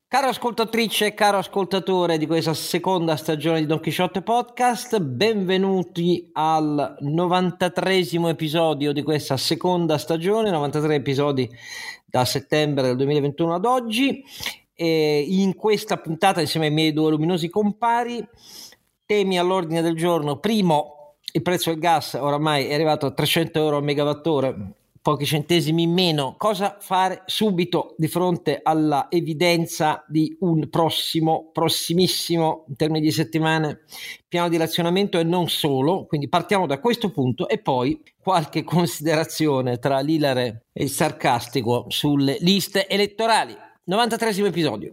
Caro ascoltatrice, caro ascoltatore di questa seconda stagione di Don Chisciotte Podcast, benvenuti al 93esimo episodio di questa seconda stagione, 93 episodi da settembre del 2021 ad oggi. E in questa puntata, insieme ai miei due luminosi compari, temi all'ordine del giorno. Primo, il prezzo del gas oramai è arrivato a 300 euro al megawattora, pochi centesimi in meno. Cosa fare subito di fronte alla evidenza di un prossimissimo, in termini di settimane, piano di razionamento e non solo? Quindi partiamo da questo punto e poi qualche considerazione tra l'ilare e il sarcastico sulle liste elettorali. 93esimo episodio.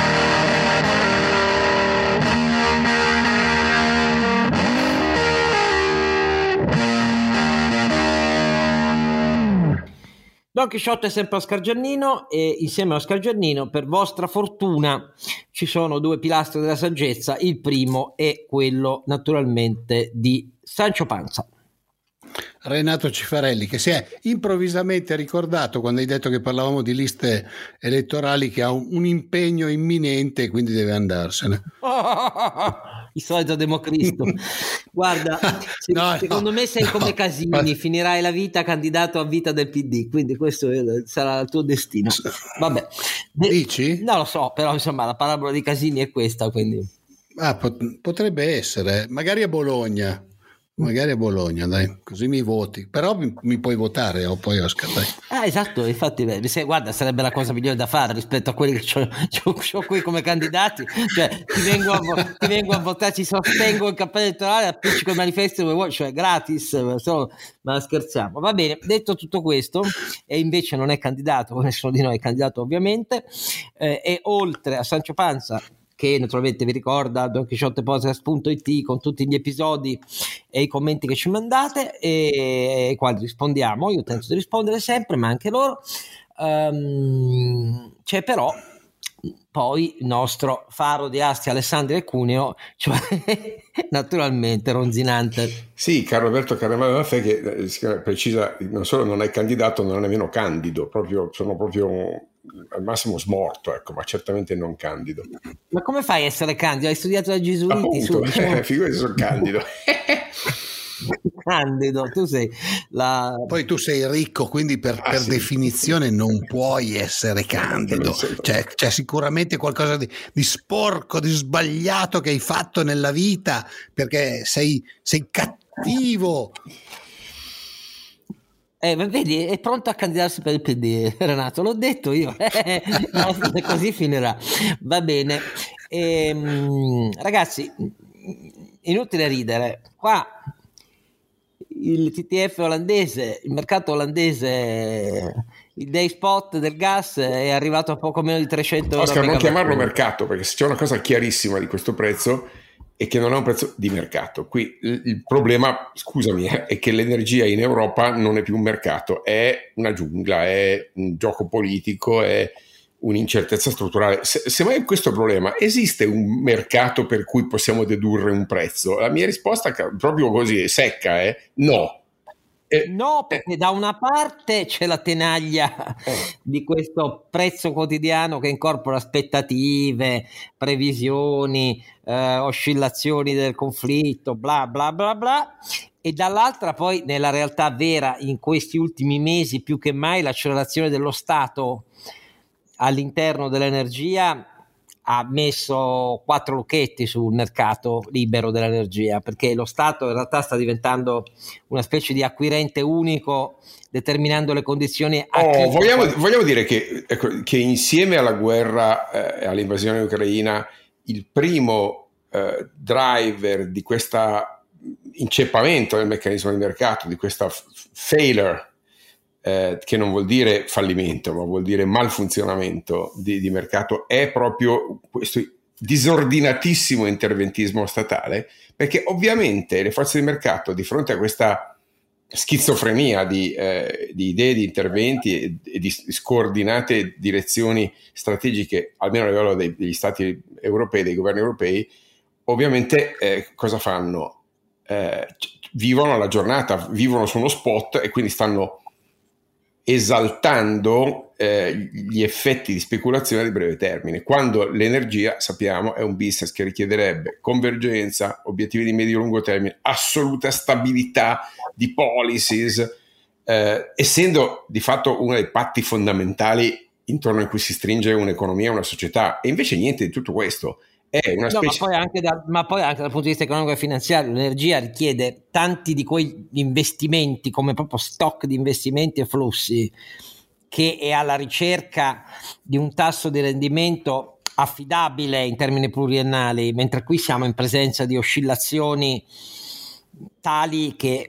Don Chisciotte è sempre Oscar Giannino e insieme a Oscar Giannino, per vostra fortuna, ci sono due pilastri della saggezza. Il primo è quello naturalmente di Sancio Panza. Renato Cifarelli, che si è improvvisamente ricordato quando hai detto che parlavamo di liste elettorali che ha un impegno imminente e quindi deve andarsene. Il solito Democristo. Guarda, secondo me sei come Casini, finirai la vita candidato a vita del PD, quindi questo sarà il tuo destino. Vabbè. Dici? Non lo so, però insomma la parabola di Casini è questa, quindi. Potrebbe essere, magari a Bologna. Dai, così mi voti, però mi puoi votare o poi Oscar, dai. Esatto, infatti guarda, sarebbe la cosa migliore da fare rispetto a quelli che ho qui come candidati, cioè ti vengo a votare, ci sostengo in campagna elettorale, appiccico il manifesto come vuoi, cioè gratis, ma scherziamo. Va bene, detto tutto questo, e invece non è candidato, nessuno di noi è candidato ovviamente, e oltre a Sancio Panza, che naturalmente vi ricorda donchisciottepodcast.it con tutti gli episodi e i commenti che ci mandate e ai quali rispondiamo. Io tento di rispondere sempre, ma anche loro. C'è però poi il nostro faro di Asti, Alessandria e Cuneo, cioè naturalmente ronzinante. Sì, caro Alberto Caramano Maffè, che precisa, non solo non è candidato, non è nemmeno candido, sono proprio al massimo smorto, ecco, ma certamente non candido. Ma come fai a essere candido? Hai studiato da Gesuiti? Figurati, sono candido. Candido, tu sei poi tu sei ricco, quindi per sì, definizione non puoi essere candido, c'è sicuramente qualcosa di sporco, di sbagliato che hai fatto nella vita, perché sei cattivo. Vedi, è pronto a candidarsi per il PD, Renato, l'ho detto io. Così finirà. Va bene. Ragazzi, inutile ridere. Qua il TTF olandese, il mercato olandese, il day spot del gas è arrivato a poco meno di 300 euro. Oscar, non chiamarlo mercato, perché se c'è una cosa chiarissima di questo prezzo è che non è un prezzo di mercato. Qui il problema, scusami, è che l'energia in Europa non è più un mercato, è una giungla, è un gioco politico, è un'incertezza strutturale. Se mai questo problema, esiste un mercato per cui possiamo dedurre un prezzo? La mia risposta proprio così è secca, è no. No, perché da una parte c'è la tenaglia di questo prezzo quotidiano che incorpora aspettative, previsioni, oscillazioni del conflitto, bla bla bla bla, e dall'altra poi nella realtà vera in questi ultimi mesi più che mai l'accelerazione dello Stato all'interno dell'energia ha messo 4 lucchetti sul mercato libero dell'energia, perché lo Stato in realtà sta diventando una specie di acquirente unico, determinando le condizioni vogliamo dire che insieme alla guerra all'invasione ucraina, il primo driver di questa inceppamento del meccanismo di mercato, di questa failure, che non vuol dire fallimento, ma vuol dire malfunzionamento di mercato, è proprio questo disordinatissimo interventismo statale, perché ovviamente le forze di mercato, di fronte a questa schizofrenia di idee, di interventi e di scordinate direzioni strategiche, almeno a livello degli stati europei, dei governi europei, ovviamente cosa fanno? Vivono la giornata, vivono su uno spot e quindi stanno esaltando gli effetti di speculazione di breve termine, quando l'energia, sappiamo, è un business che richiederebbe convergenza, obiettivi di medio-lungo termine, assoluta stabilità di policies, essendo di fatto uno dei patti fondamentali intorno a cui si stringe un'economia, una società, e invece niente di tutto questo. È una specie... ma poi anche dal punto di vista economico e finanziario l'energia richiede tanti di quegli investimenti come proprio stock di investimenti e flussi che è alla ricerca di un tasso di rendimento affidabile in termini pluriennali, mentre qui siamo in presenza di oscillazioni tali che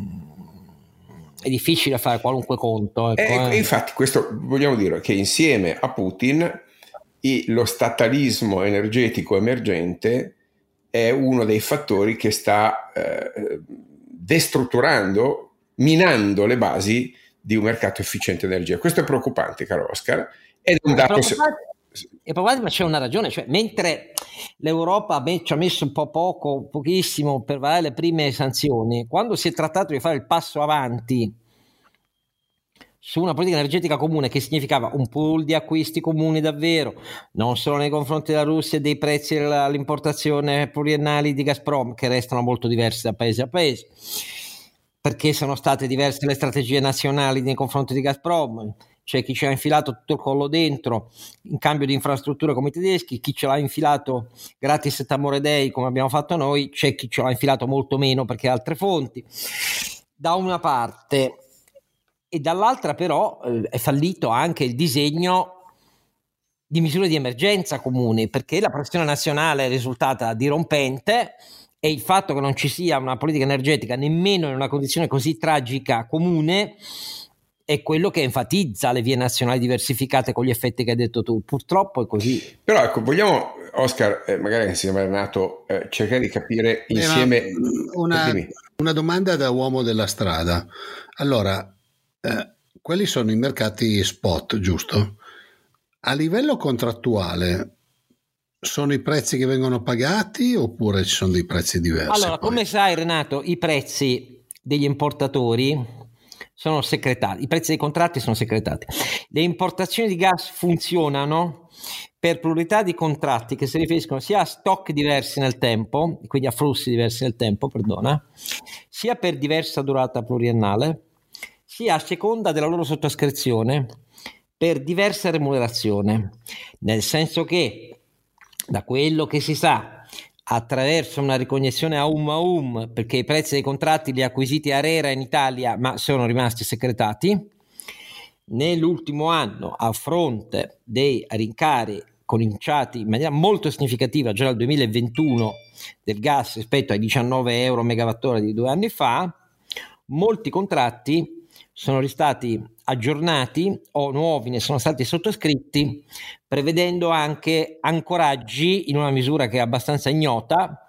è difficile fare qualunque conto. E infatti questo vogliamo dire che insieme a Putin lo statalismo energetico emergente è uno dei fattori che sta destrutturando, minando le basi di un mercato efficiente di energia. Questo è preoccupante, caro Oscar, ed è un dato... È probabile, ma c'è una ragione, cioè mentre l'Europa ci ha messo un po' pochissimo per varare le prime sanzioni, quando si è trattato di fare il passo avanti su una politica energetica comune che significava un pool di acquisti comuni davvero, non solo nei confronti della Russia e dei prezzi all'importazione pluriennali di Gazprom, che restano molto diversi da paese a paese, perché sono state diverse le strategie nazionali nei confronti di Gazprom. C'è chi ci ha infilato tutto il collo dentro in cambio di infrastrutture come i tedeschi, chi ce l'ha infilato gratis et amore dei come abbiamo fatto noi, c'è chi ce l'ha infilato molto meno perché ha altre fonti, da una parte, e dall'altra però è fallito anche il disegno di misure di emergenza comuni, perché la pressione nazionale è risultata dirompente e il fatto che non ci sia una politica energetica nemmeno in una condizione così tragica comune è quello che enfatizza le vie nazionali diversificate con gli effetti che hai detto tu. Purtroppo è così. Però ecco, vogliamo, Oscar, magari insieme a Renato, cercare di capire insieme... Una domanda da uomo della strada. Allora, quelli sono i mercati spot, giusto? A livello contrattuale sono i prezzi che vengono pagati oppure ci sono dei prezzi diversi? Allora, come sai Renato, i prezzi degli importatori sono secretati, i prezzi dei contratti sono secretati. Le importazioni di gas funzionano per pluralità di contratti che si riferiscono sia a stock diversi nel tempo, quindi a flussi diversi nel tempo, sia per diversa durata pluriennale, sia a seconda della loro sottoscrizione per diversa remunerazione, nel senso che da quello che si sa attraverso una ricognizione a um, perché i prezzi dei contratti li ha acquisiti ARERA in Italia ma sono rimasti secretati, nell'ultimo anno a fronte dei rincari cominciati in maniera molto significativa già dal 2021 del gas rispetto ai 19 euro megawattora di 2 anni fa, molti contratti sono stati aggiornati o nuovi ne sono stati sottoscritti prevedendo anche ancoraggi in una misura che è abbastanza ignota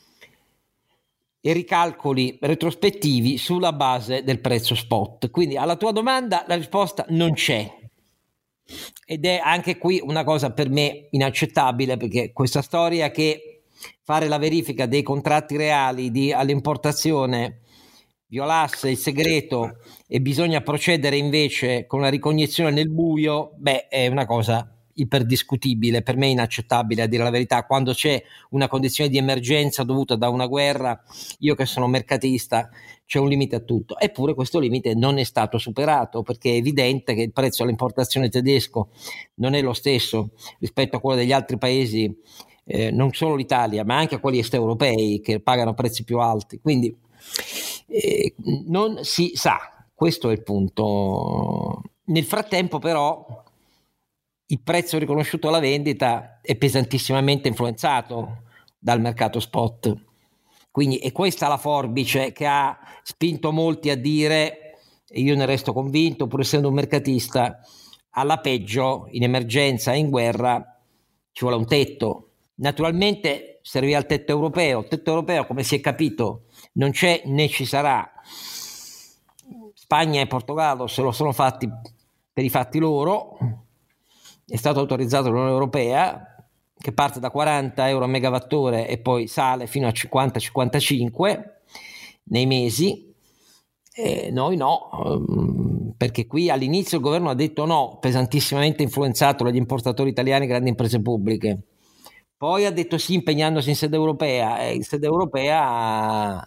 e ricalcoli retrospettivi sulla base del prezzo spot. Quindi alla tua domanda la risposta non c'è, ed è anche qui una cosa per me inaccettabile, perché questa storia che fare la verifica dei contratti reali all'importazione violasse il segreto e bisogna procedere invece con la ricognizione nel buio, è una cosa iperdiscutibile, per me inaccettabile a dire la verità. Quando c'è una condizione di emergenza dovuta da una guerra, io che sono mercatista, c'è un limite a tutto, eppure questo limite non è stato superato, perché è evidente che il prezzo all'importazione tedesco non è lo stesso rispetto a quello degli altri paesi, non solo l'Italia ma anche a quelli est europei che pagano prezzi più alti, quindi non si sa, questo è il punto. Nel frattempo però il prezzo riconosciuto alla vendita è pesantissimamente influenzato dal mercato spot, quindi è questa la forbice che ha spinto molti a dire, e io ne resto convinto pur essendo un mercatista, alla peggio in emergenza e in guerra ci vuole un tetto. Naturalmente serviva il tetto europeo, come si è capito non c'è né ci sarà. Spagna e Portogallo se lo sono fatti per i fatti loro, è stato autorizzato dall'Unione Europea che parte da 40 euro a megawattore e poi sale fino a 50-55 nei mesi, noi no, perché qui all'inizio il governo ha detto no, pesantissimamente influenzato dagli importatori italiani e grandi imprese pubbliche. Poi ha detto sì, impegnandosi in sede europea, e in sede europea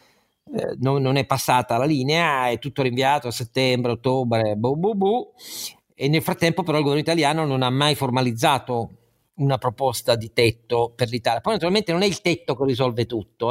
non è passata la linea, è tutto rinviato a settembre, ottobre, e nel frattempo però il governo italiano non ha mai formalizzato una proposta di tetto per l'Italia. Poi naturalmente non è il tetto che risolve tutto.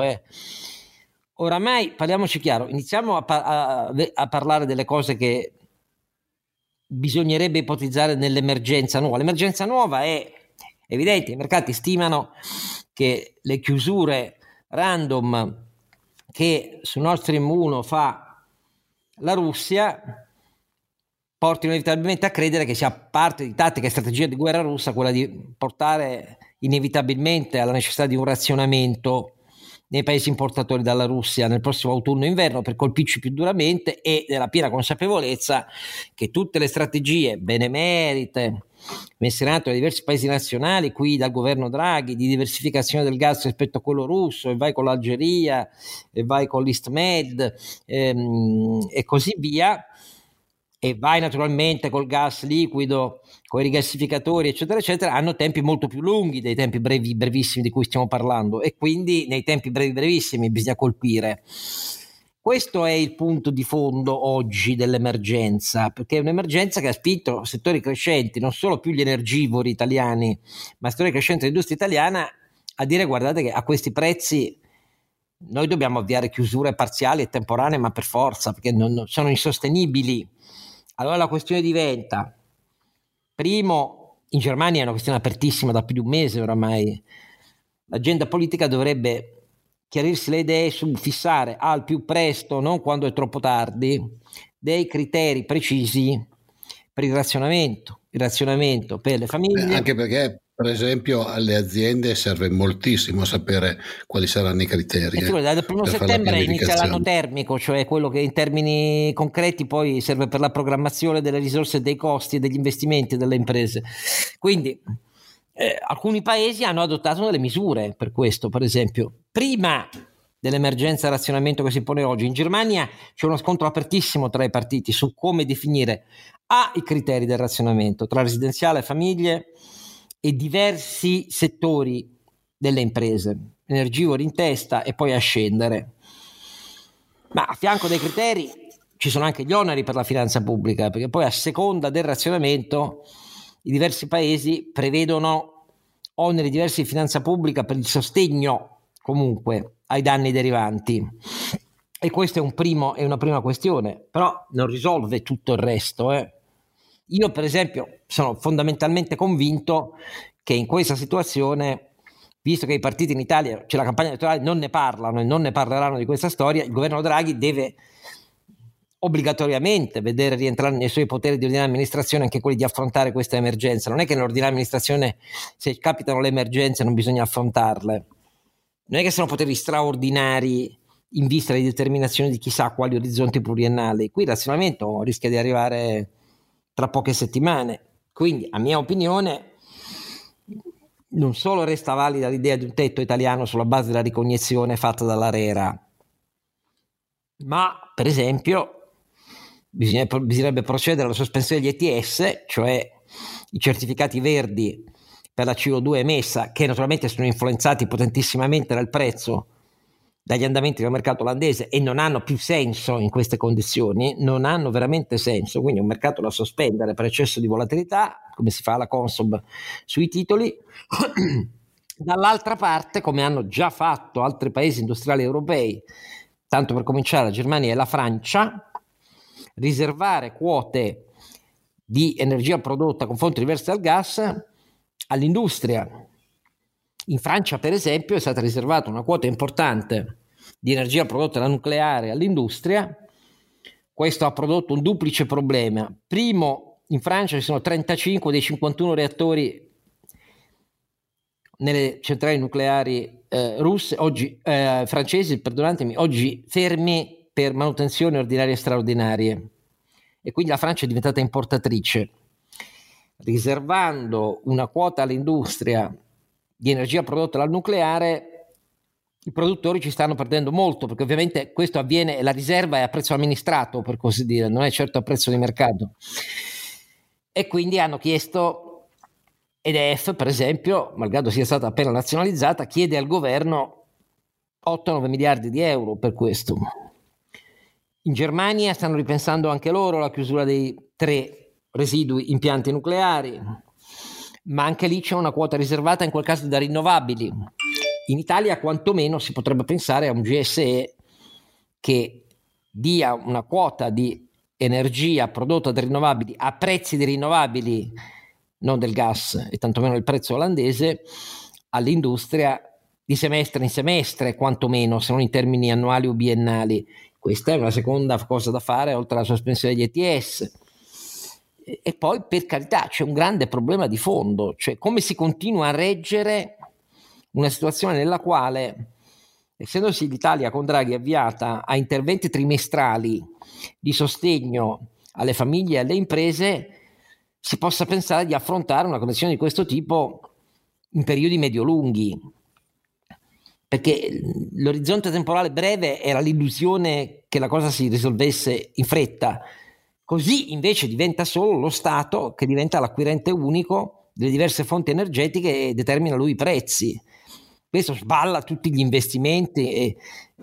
Oramai, parliamoci chiaro, iniziamo a parlare delle cose che bisognerebbe ipotizzare nell'emergenza nuova. L'emergenza nuova è evidente, i mercati stimano che le chiusure random che su Nord Stream 1 fa la Russia portino inevitabilmente a credere che sia parte di tattica e strategia di guerra russa quella di portare inevitabilmente alla necessità di un razionamento nei paesi importatori dalla Russia nel prossimo autunno-inverno per colpirci più duramente, e nella piena consapevolezza che tutte le strategie benemerite messe in atto da diversi paesi nazionali, qui dal governo Draghi, di diversificazione del gas rispetto a quello russo, e vai con l'Algeria, e vai con l'Eastmed, e così via, e vai naturalmente col gas liquido, con i rigassificatori, eccetera, eccetera, hanno tempi molto più lunghi dei tempi brevissimi di cui stiamo parlando, e quindi nei tempi brevissimi bisogna colpire. Questo è il punto di fondo oggi dell'emergenza, perché è un'emergenza che ha spinto settori crescenti, non solo più gli energivori italiani, ma settori crescenti dell'industria italiana, a dire: guardate che a questi prezzi noi dobbiamo avviare chiusure parziali e temporanee, ma per forza, perché non sono insostenibili. Allora la questione diventa: primo, in Germania è una questione apertissima da più di un mese oramai, l'agenda politica dovrebbe chiarirsi le idee su fissare al più presto, non quando è troppo tardi, dei criteri precisi per il razionamento per le famiglie. Anche perché, per esempio, alle aziende serve moltissimo sapere quali saranno i criteri. Dal 1 settembre inizia l'anno termico, cioè quello che in termini concreti poi serve per la programmazione delle risorse, dei costi e degli investimenti delle imprese. Quindi alcuni paesi hanno adottato delle misure per questo. Per esempio, prima dell'emergenza razionamento che si pone oggi, in Germania c'è uno scontro apertissimo tra i partiti su come definire i criteri del razionamento tra residenziale, famiglie e diversi settori delle imprese, energivori in testa e poi a scendere. Ma a fianco dei criteri ci sono anche gli oneri per la finanza pubblica, perché poi a seconda del razionamento i diversi paesi prevedono oneri diversi di finanza pubblica per il sostegno comunque ai danni derivanti, e questo è una prima questione, però non risolve tutto il resto. Io per esempio sono fondamentalmente convinto che in questa situazione, visto che i partiti in Italia, la campagna elettorale, non ne parlano e non ne parleranno di questa storia, il governo Draghi deve obbligatoriamente vedere rientrare nei suoi poteri di ordinaria amministrazione anche quelli di affrontare questa emergenza. Non è che nell'ordinaria amministrazione, se capitano le emergenze, non bisogna affrontarle. Non è che sono poteri straordinari in vista di determinazione di chissà quali orizzonti pluriennali. Qui il razionamento rischia di arrivare tra poche settimane. Quindi, a mia opinione, non solo resta valida l'idea di un tetto italiano sulla base della ricognizione fatta dall'ARERA, ma per esempio bisognerebbe procedere alla sospensione degli ETS, cioè i certificati verdi per la CO2 emessa, che naturalmente sono influenzati potentissimamente dal prezzo, dagli andamenti del mercato olandese, e non hanno più senso in queste condizioni, non hanno veramente senso. Quindi è un mercato da sospendere per eccesso di volatilità, come si fa alla Consob sui titoli. Dall'altra parte, come hanno già fatto altri paesi industriali europei, tanto per cominciare la Germania e la Francia, riservare quote di energia prodotta con fonti diverse dal gas all'industria. In Francia, per esempio, è stata riservata una quota importante di energia prodotta da nucleare all'industria. Questo ha prodotto un duplice problema. Primo, in Francia ci sono 35 dei 51 reattori nelle centrali nucleari russe, oggi francesi, perdonatemi, oggi fermi per manutenzioni ordinarie e straordinarie, e quindi la Francia è diventata importatrice. Riservando una quota all'industria di energia prodotta dal nucleare, i produttori ci stanno perdendo molto, perché ovviamente questo avviene, la riserva è a prezzo amministrato, per così dire, non è certo a prezzo di mercato. E quindi hanno chiesto, EDF per esempio, malgrado sia stata appena nazionalizzata, chiede al governo 8-9 miliardi di euro per questo. In Germania stanno ripensando anche loro la chiusura dei 3 residui impianti nucleari, ma anche lì c'è una quota riservata in quel caso da rinnovabili. In Italia quantomeno si potrebbe pensare a un GSE che dia una quota di energia prodotta da rinnovabili a prezzi di rinnovabili, non del gas e tantomeno il prezzo olandese, all'industria di semestre in semestre, quantomeno, se non in termini annuali o biennali. Questa è una seconda cosa da fare, oltre alla sospensione degli ETS. E poi, per carità, c'è un grande problema di fondo, cioè come si continua a reggere una situazione nella quale, essendosi l'Italia con Draghi avviata a interventi trimestrali di sostegno alle famiglie e alle imprese, si possa pensare di affrontare una condizione di questo tipo in periodi medio-lunghi, perché l'orizzonte temporale breve era l'illusione che la cosa si risolvesse in fretta. Così invece diventa solo lo Stato che diventa l'acquirente unico delle diverse fonti energetiche e determina lui i prezzi. Questo sballa tutti gli investimenti e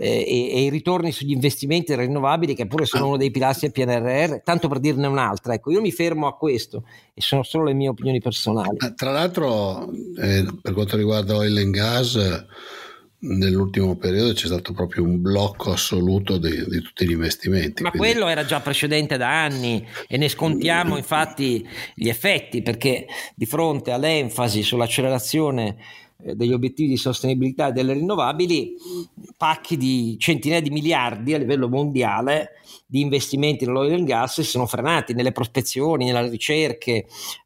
i ritorni sugli investimenti rinnovabili, che pure sono uno dei pilastri del PNRR, tanto per dirne un'altra. Ecco, io mi fermo a questo e sono solo le mie opinioni personali. Tra l'altro, per quanto riguarda oil and gas, nell'ultimo periodo c'è stato proprio un blocco assoluto di tutti gli investimenti. Ma quello era già precedente da anni e ne scontiamo infatti gli effetti, perché di fronte all'enfasi sull'accelerazione degli obiettivi di sostenibilità delle rinnovabili, pacchi di centinaia di miliardi a livello mondiale di investimenti nell'oil and gas si sono frenati nelle prospezioni, nelle ricerche.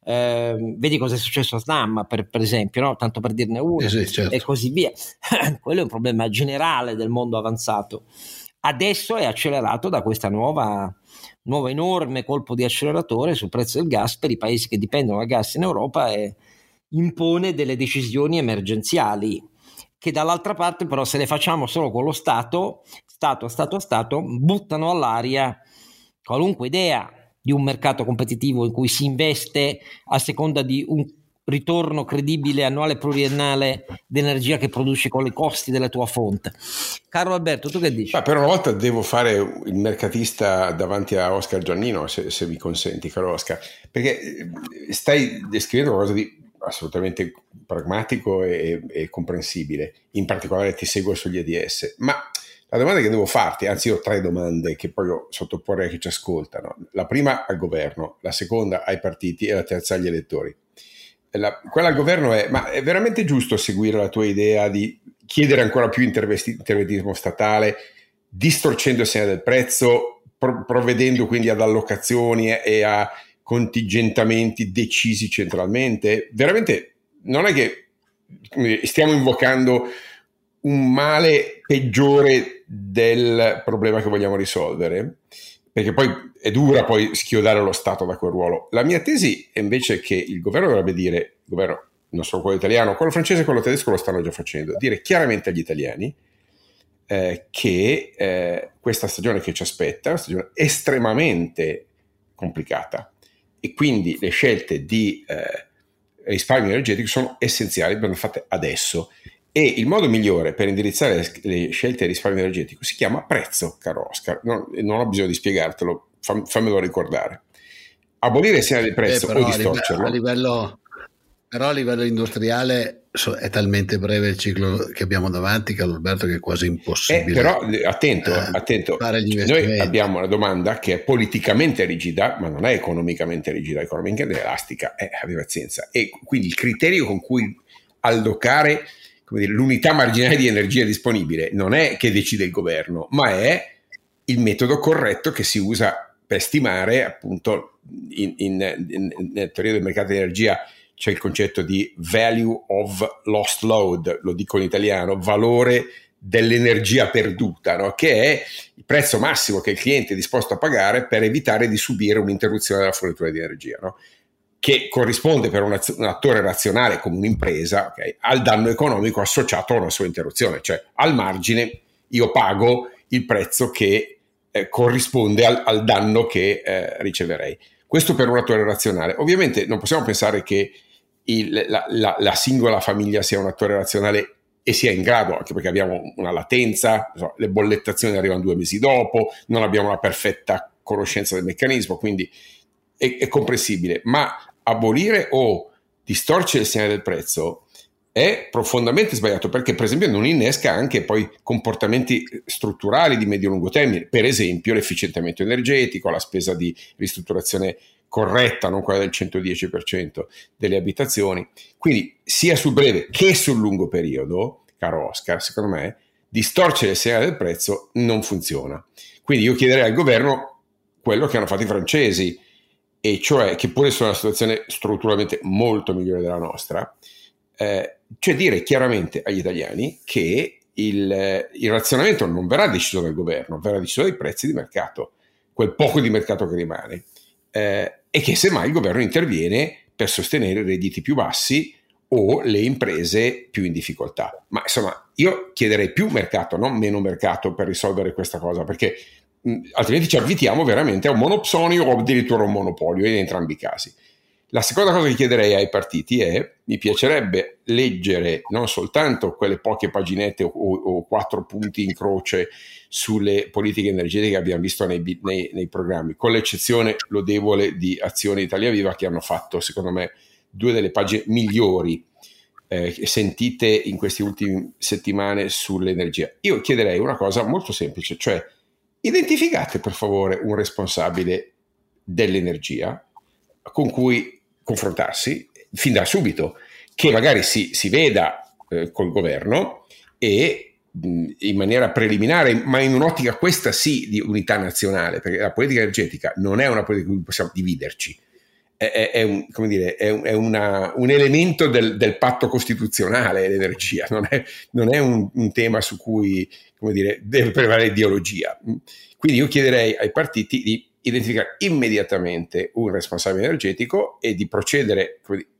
Vedi cosa è successo a Snam per esempio, no? Tanto per dirne uno, sì, certo. E così via. Quello è un problema generale del mondo avanzato. Adesso è accelerato da questa nuovo enorme colpo di acceleratore sul prezzo del gas per i paesi che dipendono dal gas in Europa e impone delle decisioni emergenziali che dall'altra parte però, se le facciamo solo con lo Stato a Stato, buttano all'aria qualunque idea di un mercato competitivo in cui si investe a seconda di un ritorno credibile annuale pluriennale d'energia che produci con i costi della tua fonte. Carlo Alberto, tu che dici? Per una volta devo fare il mercatista davanti a Oscar Giannino, se mi consenti, caro Oscar, perché stai descrivendo qualcosa di assolutamente pragmatico e comprensibile. In particolare ti seguo sugli EDS, ma la domanda che devo farti, anzi io ho 3 domande che poi sottoporrei a chi ci ascoltano. La prima al governo, la seconda ai partiti e la terza agli elettori. Quella al governo è: ma è veramente giusto seguire la tua idea di chiedere ancora più interventismo statale, distorcendo il segno del prezzo, provvedendo quindi ad allocazioni e a contingentamenti decisi centralmente? Veramente non è che stiamo invocando un male peggiore del problema che vogliamo risolvere, perché poi è dura poi schiodare lo Stato da quel ruolo. La mia tesi è invece che il governo dovrebbe dire, il governo non solo quello italiano, quello francese e quello tedesco lo stanno già facendo, dire chiaramente agli italiani che questa stagione che ci aspetta è una stagione estremamente complicata e quindi le scelte di risparmio energetico sono essenziali, vanno fatte adesso. E il modo migliore per indirizzare le scelte di risparmio energetico si chiama prezzo, caro Oscar. Non ho bisogno di spiegartelo, fammelo ricordare. Abolire il segno del prezzo o distorcerlo. Però a livello industriale è talmente breve il ciclo che abbiamo davanti, Carlo Alberto, che è quasi impossibile. Però attento, fare gli investimenti. Noi abbiamo una domanda che è politicamente rigida, ma non è economicamente rigida, economicamente elastica, abbi pazienza. E quindi il criterio con cui allocare, come dire, l'unità marginale di energia disponibile non è che decide il governo, ma è il metodo corretto che si usa per stimare, appunto, nella teoria del mercato di energia c'è il concetto di value of lost load, lo dico in italiano, valore dell'energia perduta, no? Che è il prezzo massimo che il cliente è disposto a pagare per evitare di subire un'interruzione della fornitura di energia, no? che corrisponde per un attore razionale come un'impresa, okay, al danno economico associato a una sua interruzione, cioè al margine io pago il prezzo che corrisponde al danno che riceverei. Questo per un attore razionale. Ovviamente non possiamo pensare che la singola famiglia sia un attore razionale e sia in grado, anche perché abbiamo una latenza, le bollettazioni arrivano 2 mesi dopo, non abbiamo una perfetta conoscenza del meccanismo, quindi è comprensibile, ma abolire o distorcere il segnale del prezzo è profondamente sbagliato, perché per esempio non innesca anche poi comportamenti strutturali di medio-lungo termine, per esempio l'efficientamento energetico, la spesa di ristrutturazione corretta, non quella del 110% delle abitazioni. Quindi sia sul breve che sul lungo periodo, caro Oscar, secondo me distorcere il segnale del prezzo non funziona. Quindi io chiederei al governo quello che hanno fatto i francesi, e cioè che pure sono in una situazione strutturalmente molto migliore della nostra, cioè dire chiaramente agli italiani che il razionamento non verrà deciso dal governo, verrà deciso dai prezzi di mercato, quel poco di mercato che rimane, e che semmai il governo interviene per sostenere i redditi più bassi o le imprese più in difficoltà. Ma insomma, io chiederei più mercato, non meno mercato, per risolvere questa cosa, perché altrimenti ci avvitiamo veramente a un monopsonio o addirittura un monopolio in entrambi i casi. La seconda cosa che chiederei ai partiti è: mi piacerebbe leggere non soltanto quelle poche paginette o 4 punti in croce sulle politiche energetiche che abbiamo visto nei programmi, con l'eccezione lodevole di Azione Italia Viva, che hanno fatto secondo me 2 delle pagine migliori sentite in queste ultime settimane sull'energia. Io chiederei una cosa molto semplice, cioè identificate per favore un responsabile dell'energia con cui confrontarsi fin da subito, che magari si veda col governo e in maniera preliminare, ma in un'ottica questa sì di unità nazionale, perché la politica energetica non è una politica in cui possiamo dividerci, è un elemento del patto costituzionale, l'energia, non è un tema su cui, come dire, deve prevalere ideologia. Quindi io chiederei ai partiti di identificare immediatamente un responsabile energetico e di procedere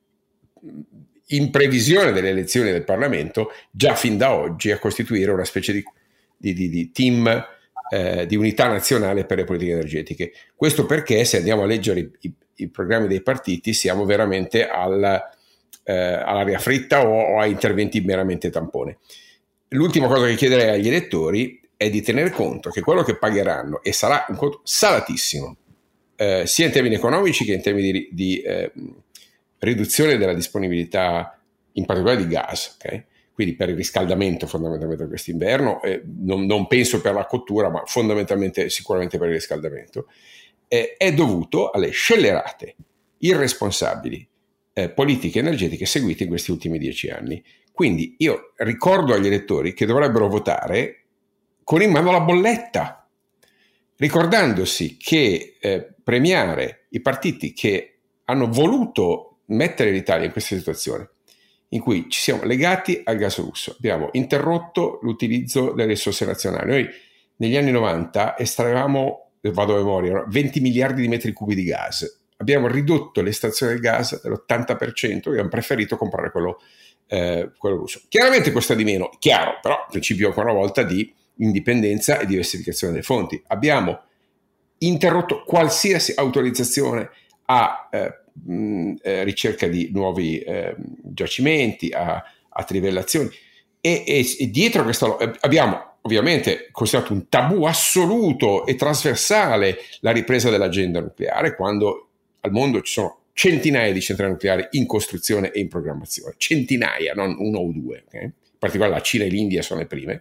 in previsione delle elezioni del Parlamento già fin da oggi a costituire una specie di team di unità nazionale per le politiche energetiche. Questo perché, se andiamo a leggere i programmi dei partiti, siamo veramente all'aria fritta o a interventi meramente tampone. L'ultima cosa che chiederei agli elettori è di tener conto che quello che pagheranno, e sarà un conto salatissimo, sia in termini economici che in termini di riduzione della disponibilità, in particolare di gas, okay? Quindi per il riscaldamento fondamentalmente quest'inverno, non penso per la cottura, ma fondamentalmente sicuramente per il riscaldamento, è dovuto alle scellerate, irresponsabili politiche energetiche seguite in questi ultimi 10 anni. Quindi io ricordo agli elettori che dovrebbero votare con in mano la bolletta, ricordandosi che premiare i partiti che hanno voluto mettere l'Italia in questa situazione, in cui ci siamo legati al gas russo, abbiamo interrotto l'utilizzo delle risorse nazionali. Noi negli anni 90 estraevamo, vado a memoria, 20 miliardi di metri cubi di gas, abbiamo ridotto l'estrazione del gas dell'80% e abbiamo preferito comprare quello russo. Chiaramente costa di meno, chiaro, però principio ancora una volta di indipendenza e diversificazione delle fonti. Abbiamo interrotto qualsiasi autorizzazione a ricerca di nuovi giacimenti, a trivellazioni e dietro questo abbiamo ovviamente considerato un tabù assoluto e trasversale la ripresa dell'agenda nucleare, quando al mondo ci sono centinaia di centrali nucleari in costruzione e in programmazione, centinaia, non 1 o 2, okay? In particolare la Cina e l'India sono le prime.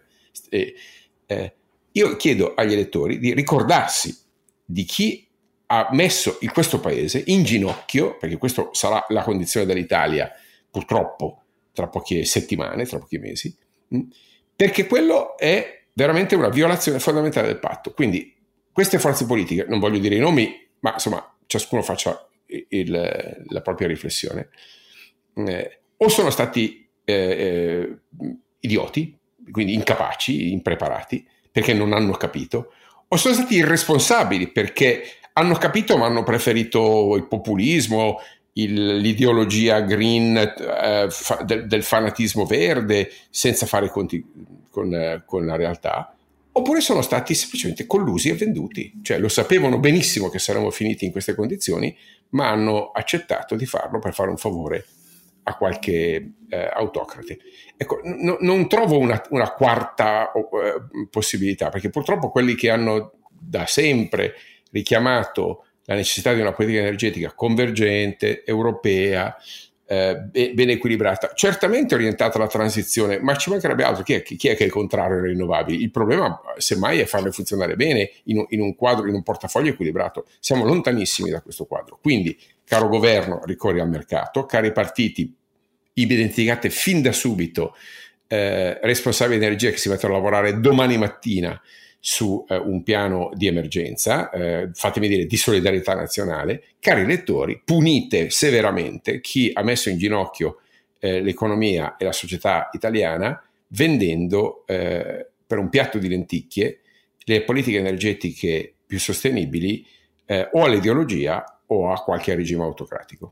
Io chiedo agli elettori di ricordarsi di chi ha messo in questo paese in ginocchio, perché questa sarà la condizione dell'Italia purtroppo tra poche settimane, tra pochi mesi, perché quello è veramente una violazione fondamentale del patto. Quindi queste forze politiche, non voglio dire i nomi, ma insomma ciascuno faccia la propria riflessione, o sono stati idioti, quindi incapaci, impreparati, perché non hanno capito, o sono stati irresponsabili perché hanno capito ma hanno preferito il populismo l'ideologia green del fanatismo verde senza fare conti con la realtà, oppure sono stati semplicemente collusi e venduti, cioè lo sapevano benissimo che saremmo finiti in queste condizioni, ma hanno accettato di farlo per fare un favore a qualche autocrate. Ecco, non trovo una quarta possibilità, perché purtroppo quelli che hanno da sempre richiamato la necessità di una politica energetica convergente, europea, ben equilibrata, certamente orientata alla transizione, ma ci mancherebbe altro. Chi è che è contrario alle rinnovabili? Il problema semmai è farle funzionare bene in un quadro, in un portafoglio equilibrato. Siamo lontanissimi da questo quadro, quindi caro governo, ricorri al mercato, cari partiti, identificate fin da subito responsabili di energia che si mettono a lavorare domani mattina su un piano di emergenza, fatemi dire di solidarietà nazionale. Cari lettori, punite severamente chi ha messo in ginocchio l'economia e la società italiana vendendo per un piatto di lenticchie le politiche energetiche più sostenibili o all'ideologia o a qualche regime autocratico.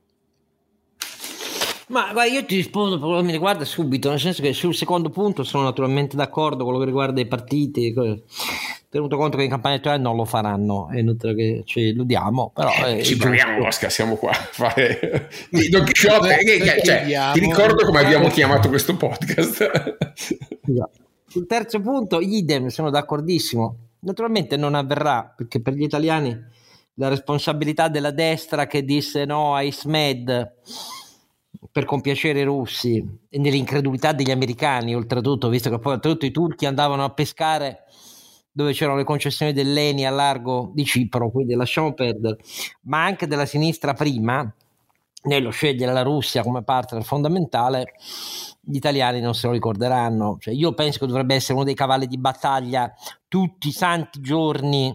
Ma guarda, io ti rispondo per quello che mi riguarda subito, nel senso che sul secondo punto sono naturalmente d'accordo con quello che riguarda i partiti, tenuto conto che in campagna elettorale non lo faranno, è inutile che ci illudiamo, però ci proviamo, Oscar, siamo qua a fare Don Chisciotte, ti ricordo come abbiamo chiamato questo podcast. Sul terzo punto idem, sono d'accordissimo, naturalmente non avverrà, perché per gli italiani la responsabilità della destra che disse no a ISMED per compiacere i russi e nell'incredulità degli americani, oltretutto, visto che poi oltretutto i turchi andavano a pescare dove c'erano le concessioni dell'ENI a largo di Cipro, quindi lasciamo perdere, ma anche della sinistra prima, nello scegliere la Russia come partner fondamentale, gli italiani non se lo ricorderanno. Cioè, io penso che dovrebbe essere uno dei cavalli di battaglia tutti i santi giorni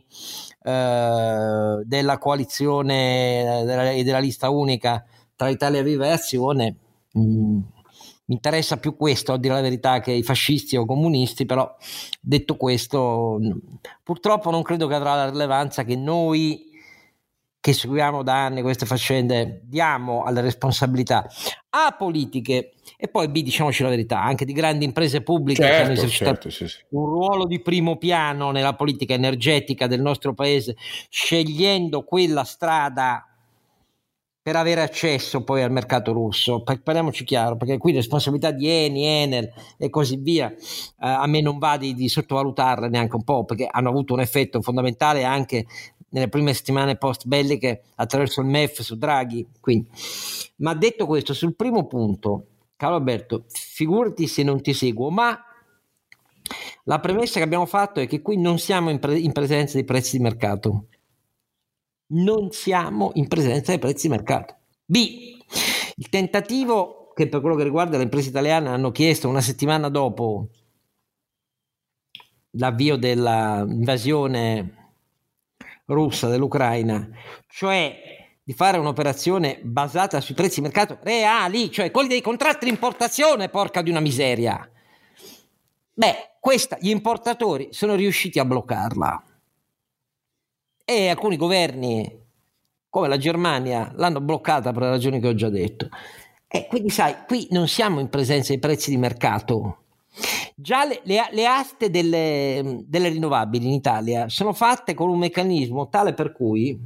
della coalizione e della lista unica tra Italia Viva e Azione. Mi interessa più questo, a dire la verità, che i fascisti o comunisti, però detto questo purtroppo non credo che avrà la rilevanza che noi che seguiamo da anni queste faccende diamo alle responsabilità A politiche e poi B, diciamoci la verità, anche di grandi imprese pubbliche che hanno esercitato un ruolo di primo piano nella politica energetica del nostro paese, scegliendo quella strada per avere accesso poi al mercato russo. Parliamoci chiaro, perché qui le responsabilità di Eni, Enel e così via, a me non va di sottovalutarle neanche un po', perché hanno avuto un effetto fondamentale anche nelle prime settimane post belliche attraverso il MEF su Draghi. Quindi. Ma detto questo, sul primo punto, caro Alberto, figurati se non ti seguo, ma la premessa che abbiamo fatto è che qui non siamo in presenza dei prezzi di mercato. Non siamo in presenza dei prezzi di mercato. B, il tentativo che per quello che riguarda le imprese italiane hanno chiesto una settimana dopo l'avvio dell'invasione russa dell'Ucraina, cioè di fare un'operazione basata sui prezzi di mercato reali, cioè quelli dei contratti di importazione, porca di una miseria. Questa gli importatori sono riusciti a bloccarla. E alcuni governi, come la Germania, l'hanno bloccata per le ragioni che ho già detto. E quindi sai, qui non siamo in presenza dei prezzi di mercato. Già le aste delle rinnovabili in Italia sono fatte con un meccanismo tale per cui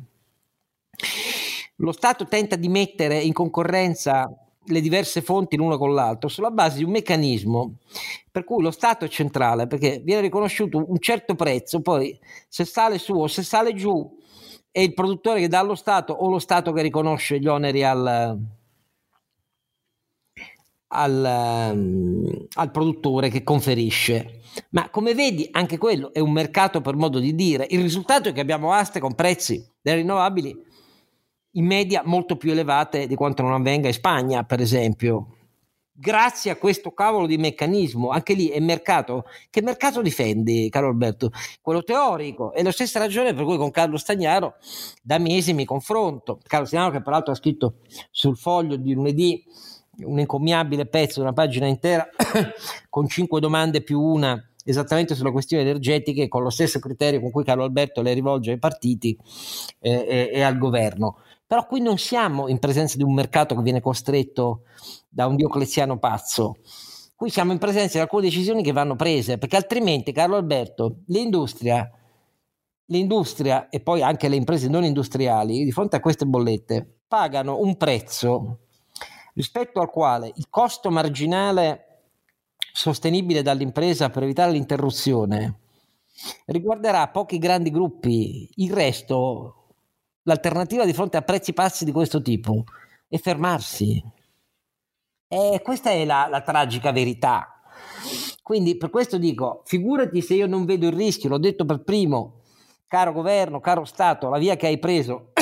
lo Stato tenta di mettere in concorrenza le diverse fonti l'una con l'altro sulla base di un meccanismo per cui lo Stato è centrale, perché viene riconosciuto un certo prezzo, poi se sale su o se sale giù è il produttore che dà allo Stato o lo Stato che riconosce gli oneri al produttore che conferisce. Ma come vedi, anche quello è un mercato, per modo di dire. Il risultato è che abbiamo aste con prezzi delle rinnovabili in media molto più elevate di quanto non avvenga in Spagna, per esempio, grazie a questo cavolo di meccanismo. Anche lì è mercato. Che mercato difendi, caro Alberto? Quello teorico. È la stessa ragione per cui con Carlo Stagnaro da mesi mi confronto. Carlo Stagnaro, che peraltro ha scritto sul Foglio di lunedì un incommiabile pezzo, una pagina intera con 5 domande più una esattamente sulle questioni energetiche, con lo stesso criterio con cui Carlo Alberto le rivolge ai partiti e al governo. Però qui non siamo in presenza di un mercato che viene costretto da un Diocleziano pazzo. Qui siamo in presenza di alcune decisioni che vanno prese, perché altrimenti, Carlo Alberto, l'industria e poi anche le imprese non industriali, di fronte a queste bollette, pagano un prezzo rispetto al quale il costo marginale sostenibile dall'impresa per evitare l'interruzione riguarderà pochi grandi gruppi. Il resto, l'alternativa di fronte a prezzi pazzi di questo tipo è fermarsi. Questa è la tragica verità. Quindi per questo dico, figurati se io non vedo il rischio, l'ho detto per primo, caro governo, caro Stato, la via che hai preso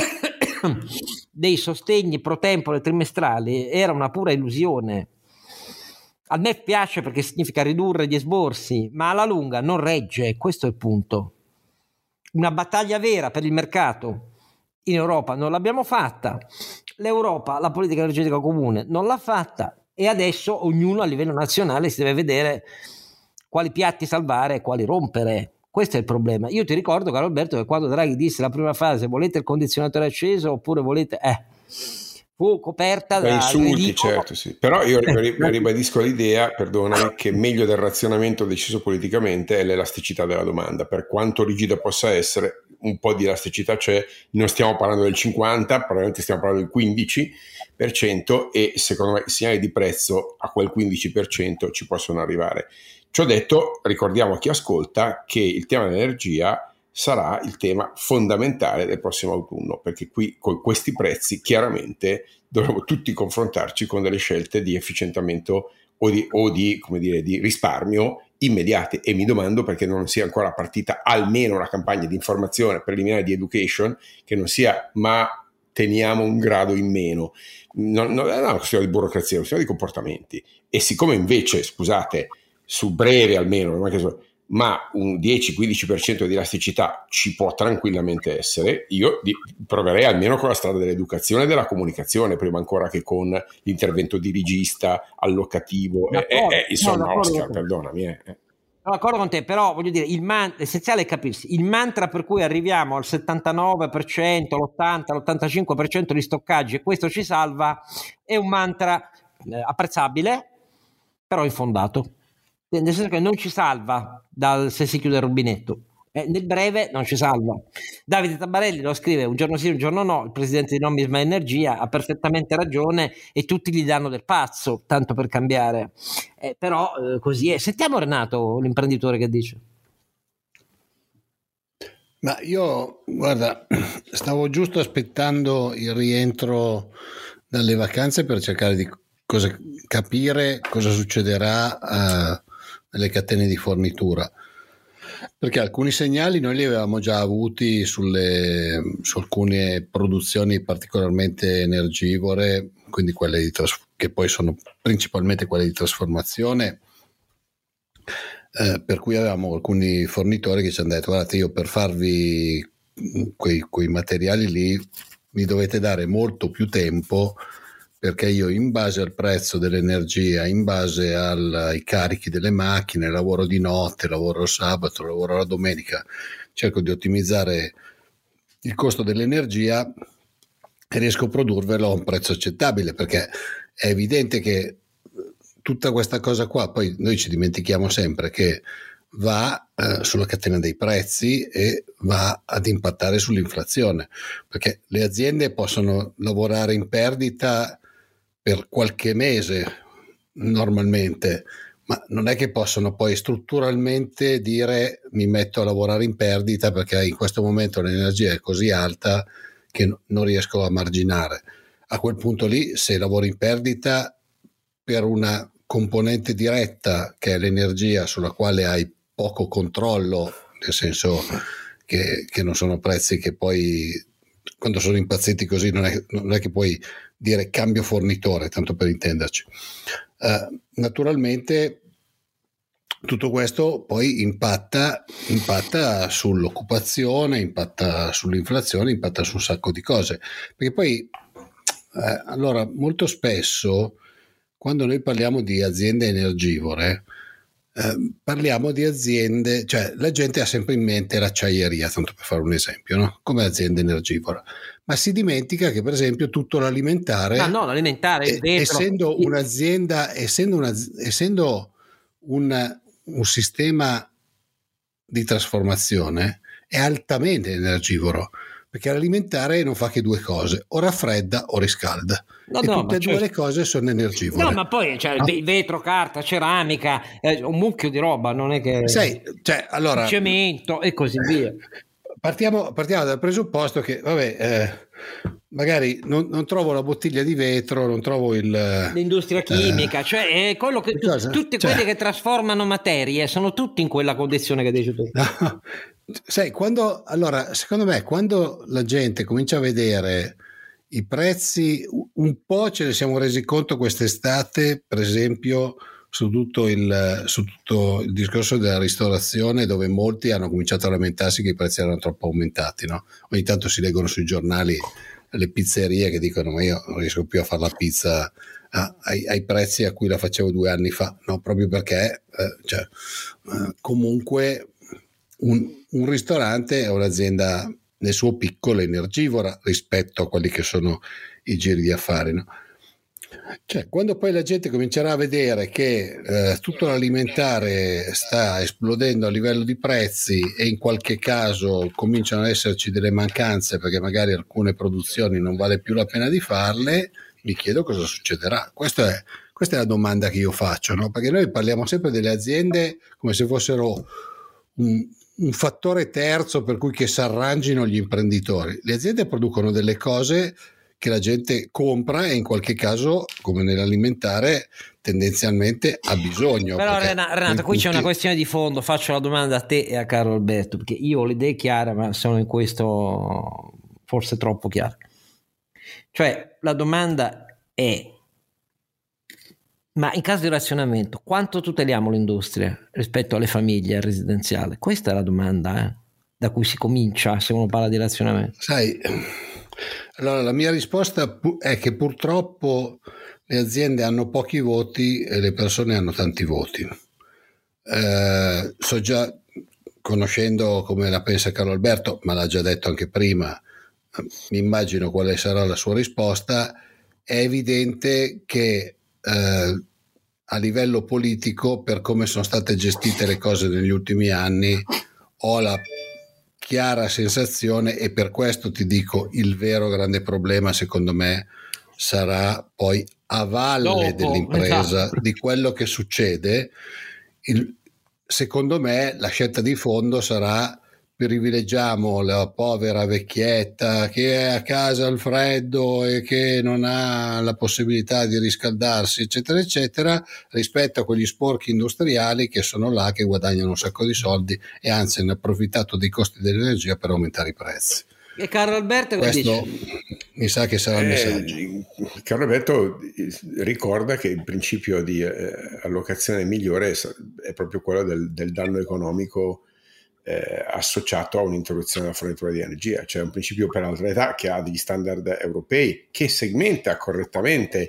dei sostegni pro tempore trimestrali era una pura illusione. A me piace perché significa ridurre gli esborsi, ma alla lunga non regge, questo è il punto. Una battaglia vera per il mercato in Europa non l'abbiamo fatta, l'Europa, la politica energetica comune non l'ha fatta, e adesso ognuno a livello nazionale si deve vedere quali piatti salvare e quali rompere. Questo è il problema. Io ti ricordo, caro Alberto, che quando Draghi disse la prima fase volete il condizionatore acceso oppure volete... fu coperta da insulti, certo, sì. Però io ribadisco l'idea, perdonami, che meglio del razionamento deciso politicamente è l'elasticità della domanda. Per quanto rigida possa essere, un po' di elasticità c'è. Non stiamo parlando del 50%, probabilmente stiamo parlando del 15%, e secondo me i segnali di prezzo a quel 15% ci possono arrivare. Ciò detto, ricordiamo a chi ascolta che il tema dell'energia sarà il tema fondamentale del prossimo autunno, perché qui con questi prezzi chiaramente dovremo tutti confrontarci con delle scelte di efficientamento o di risparmio immediate, e mi domando perché non sia ancora partita almeno una campagna di informazione preliminare di education, che non sia ma teniamo un grado in meno. Non è una questione di burocrazia, è una questione di comportamenti. E siccome invece, scusate, su breve almeno, non è che ma un 10-15% di elasticità ci può tranquillamente essere, io proverei almeno con la strada dell'educazione e della comunicazione, prima ancora che con l'intervento dirigista, allocativo. Insomma, Oscar, perdonami. Sono d'accordo con te, però voglio dire, l'essenziale è capirsi. Il mantra per cui arriviamo al 79%, l'80%, l'85% di stoccaggi e questo ci salva è un mantra apprezzabile, però infondato. Nel senso che non ci salva se si chiude il rubinetto, nel breve non ci salva. Davide Tabarelli lo scrive: un giorno sì, un giorno no, il presidente di Nomisma Energia ha perfettamente ragione e tutti gli danno del pazzo, tanto per cambiare, però così è. Sentiamo Renato, l'imprenditore, che dice. Ma io, guarda, stavo giusto aspettando il rientro dalle vacanze per cercare di capire cosa succederà nelle catene di fornitura, perché alcuni segnali noi li avevamo già avuti su alcune produzioni particolarmente energivore, quindi quelle che poi sono principalmente quelle di trasformazione, per cui avevamo alcuni fornitori che ci hanno detto: guardate, io per farvi quei materiali lì mi dovete dare molto più tempo, perché io, in base al prezzo dell'energia, in base ai carichi delle macchine, lavoro di notte, lavoro il sabato, lavoro la domenica, cerco di ottimizzare il costo dell'energia e riesco a produrvelo a un prezzo accettabile, perché è evidente che tutta questa cosa qua, poi noi ci dimentichiamo sempre che va sulla catena dei prezzi e va ad impattare sull'inflazione, perché le aziende possono lavorare in perdita per qualche mese normalmente, ma non è che possono poi strutturalmente dire mi metto a lavorare in perdita perché in questo momento l'energia è così alta che non riesco a marginare. A quel punto lì, se lavori in perdita per una componente diretta che è l'energia sulla quale hai poco controllo, nel senso che non sono prezzi che poi, quando sono impazziti così, non è che puoi dire cambio fornitore, tanto per intenderci. Naturalmente tutto questo poi impatta sull'occupazione, impatta sull'inflazione, impatta su un sacco di cose, perché poi allora molto spesso quando noi parliamo di aziende energivore parliamo di aziende, cioè la gente ha sempre in mente l'acciaieria, tanto per fare un esempio, no? Come azienda energivora, ma si dimentica che per esempio tutto l'alimentare, l'alimentare, il vetro, essendo un'azienda, essendo un sistema di trasformazione, è altamente energivoro, perché l'alimentare non fa che due cose: o raffredda o riscalda, e tutte e due le cose sono energivore. No, ma poi vetro, carta, ceramica, un mucchio di roba, non è che allora, cemento e così via. Partiamo dal presupposto che magari non trovo la bottiglia di vetro, non trovo l'industria chimica, cioè è quello che tutti quelli che trasformano materie sono tutti in quella condizione che dici tu. No. Sai, secondo me, quando la gente comincia a vedere i prezzi, un po' ce ne siamo resi conto quest'estate, per esempio, su tutto il discorso della ristorazione, dove molti hanno cominciato a lamentarsi che i prezzi erano troppo aumentati, no? Ogni tanto si leggono sui giornali le pizzerie che dicono: ma io non riesco più a fare la pizza ai prezzi a cui la facevo 2 anni fa, no? Proprio perché comunque un ristorante è un'azienda nel suo piccolo energivora rispetto a quelli che sono i giri di affari, no? Cioè, quando poi la gente comincerà a vedere che tutto l'alimentare sta esplodendo a livello di prezzi e in qualche caso cominciano ad esserci delle mancanze perché magari alcune produzioni non vale più la pena di farle, mi chiedo cosa succederà. Questa è la domanda che io faccio, no? Perché noi parliamo sempre delle aziende come se fossero un fattore terzo per cui che si arrangino gli imprenditori. Le aziende producono delle cose che la gente compra e in qualche caso, come nell'alimentare, tendenzialmente ha bisogno. Però Renato, qui c'è una questione di fondo. Faccio la domanda a te e a Carlo Alberto, perché io ho le idee chiare, ma sono in questo forse troppo chiare. Cioè, la domanda è: ma in caso di razionamento, quanto tuteliamo l'industria rispetto alle famiglie, al residenziale? Questa è la domanda da cui si comincia se uno parla di razionamento. Sai, allora la mia risposta è che purtroppo le aziende hanno pochi voti e le persone hanno tanti voti. So già, conoscendo come la pensa Carlo Alberto, ma l'ha già detto anche prima, mi immagino quale sarà la sua risposta. È evidente che a livello politico, per come sono state gestite le cose negli ultimi anni, ho la chiara sensazione, e per questo ti dico, il vero grande problema secondo me sarà poi a valle dell'impresa, di quello che succede. Secondo me la scelta di fondo sarà: privilegiamo la povera vecchietta che è a casa al freddo e che non ha la possibilità di riscaldarsi, eccetera eccetera, rispetto a quegli sporchi industriali che sono là, che guadagnano un sacco di soldi e anzi hanno approfittato dei costi dell'energia per aumentare i prezzi. E Carlo Alberto, questo mi sa che sarà il messaggio. Carlo Alberto ricorda che il principio di allocazione migliore è proprio quello del danno economico associato a un'interruzione della fornitura di energia. C'è un principio per l'alternità che ha degli standard europei, che segmenta correttamente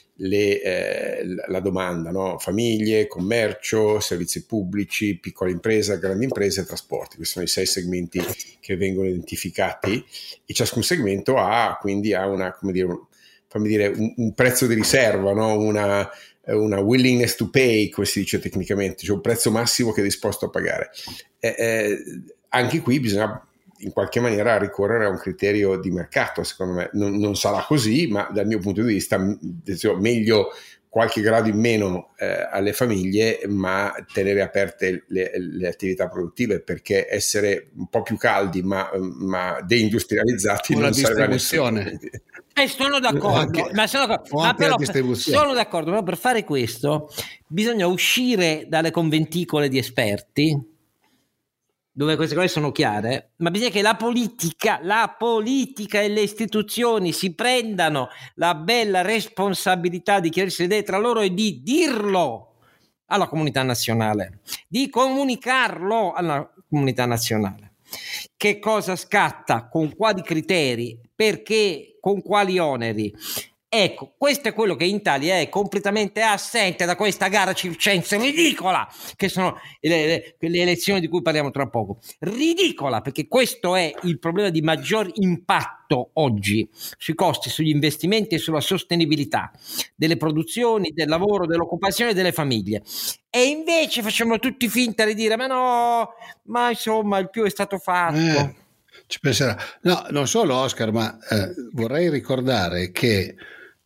la domanda, no? Famiglie, commercio, servizi pubblici, piccola impresa, grandi imprese e trasporti. Questi sono i 6 segmenti che vengono identificati, e ciascun segmento ha una, un prezzo di riserva, no? Una willingness to pay, come si dice tecnicamente, cioè un prezzo massimo che è disposto a pagare. Anche qui bisogna in qualche maniera ricorrere a un criterio di mercato. Secondo me non sarà così, ma dal mio punto di vista meglio qualche grado in meno alle famiglie, ma tenere aperte le attività produttive, perché essere un po' più caldi ma deindustrializzati non serve a nessuno. Sono d'accordo, sono d'accordo, però per fare questo bisogna uscire dalle conventicole di esperti, dove queste cose sono chiare, ma bisogna che la politica e le istituzioni si prendano la bella responsabilità di chiarirsi le idee tra loro e di dirlo alla comunità nazionale, di comunicarlo alla comunità nazionale. Che cosa scatta, con quali criteri, perché, con quali oneri, Ecco, questo è quello che in Italia è completamente assente da questa gara circense ridicola, che sono le elezioni di cui parliamo tra poco. Ridicola, perché questo è il problema di maggior impatto oggi sui costi, sugli investimenti e sulla sostenibilità delle produzioni, del lavoro, dell'occupazione e delle famiglie. E invece facciamo tutti finta di dire ma no, ma insomma il più è stato fatto. Ci penserà. No, non solo Oscar, ma vorrei ricordare che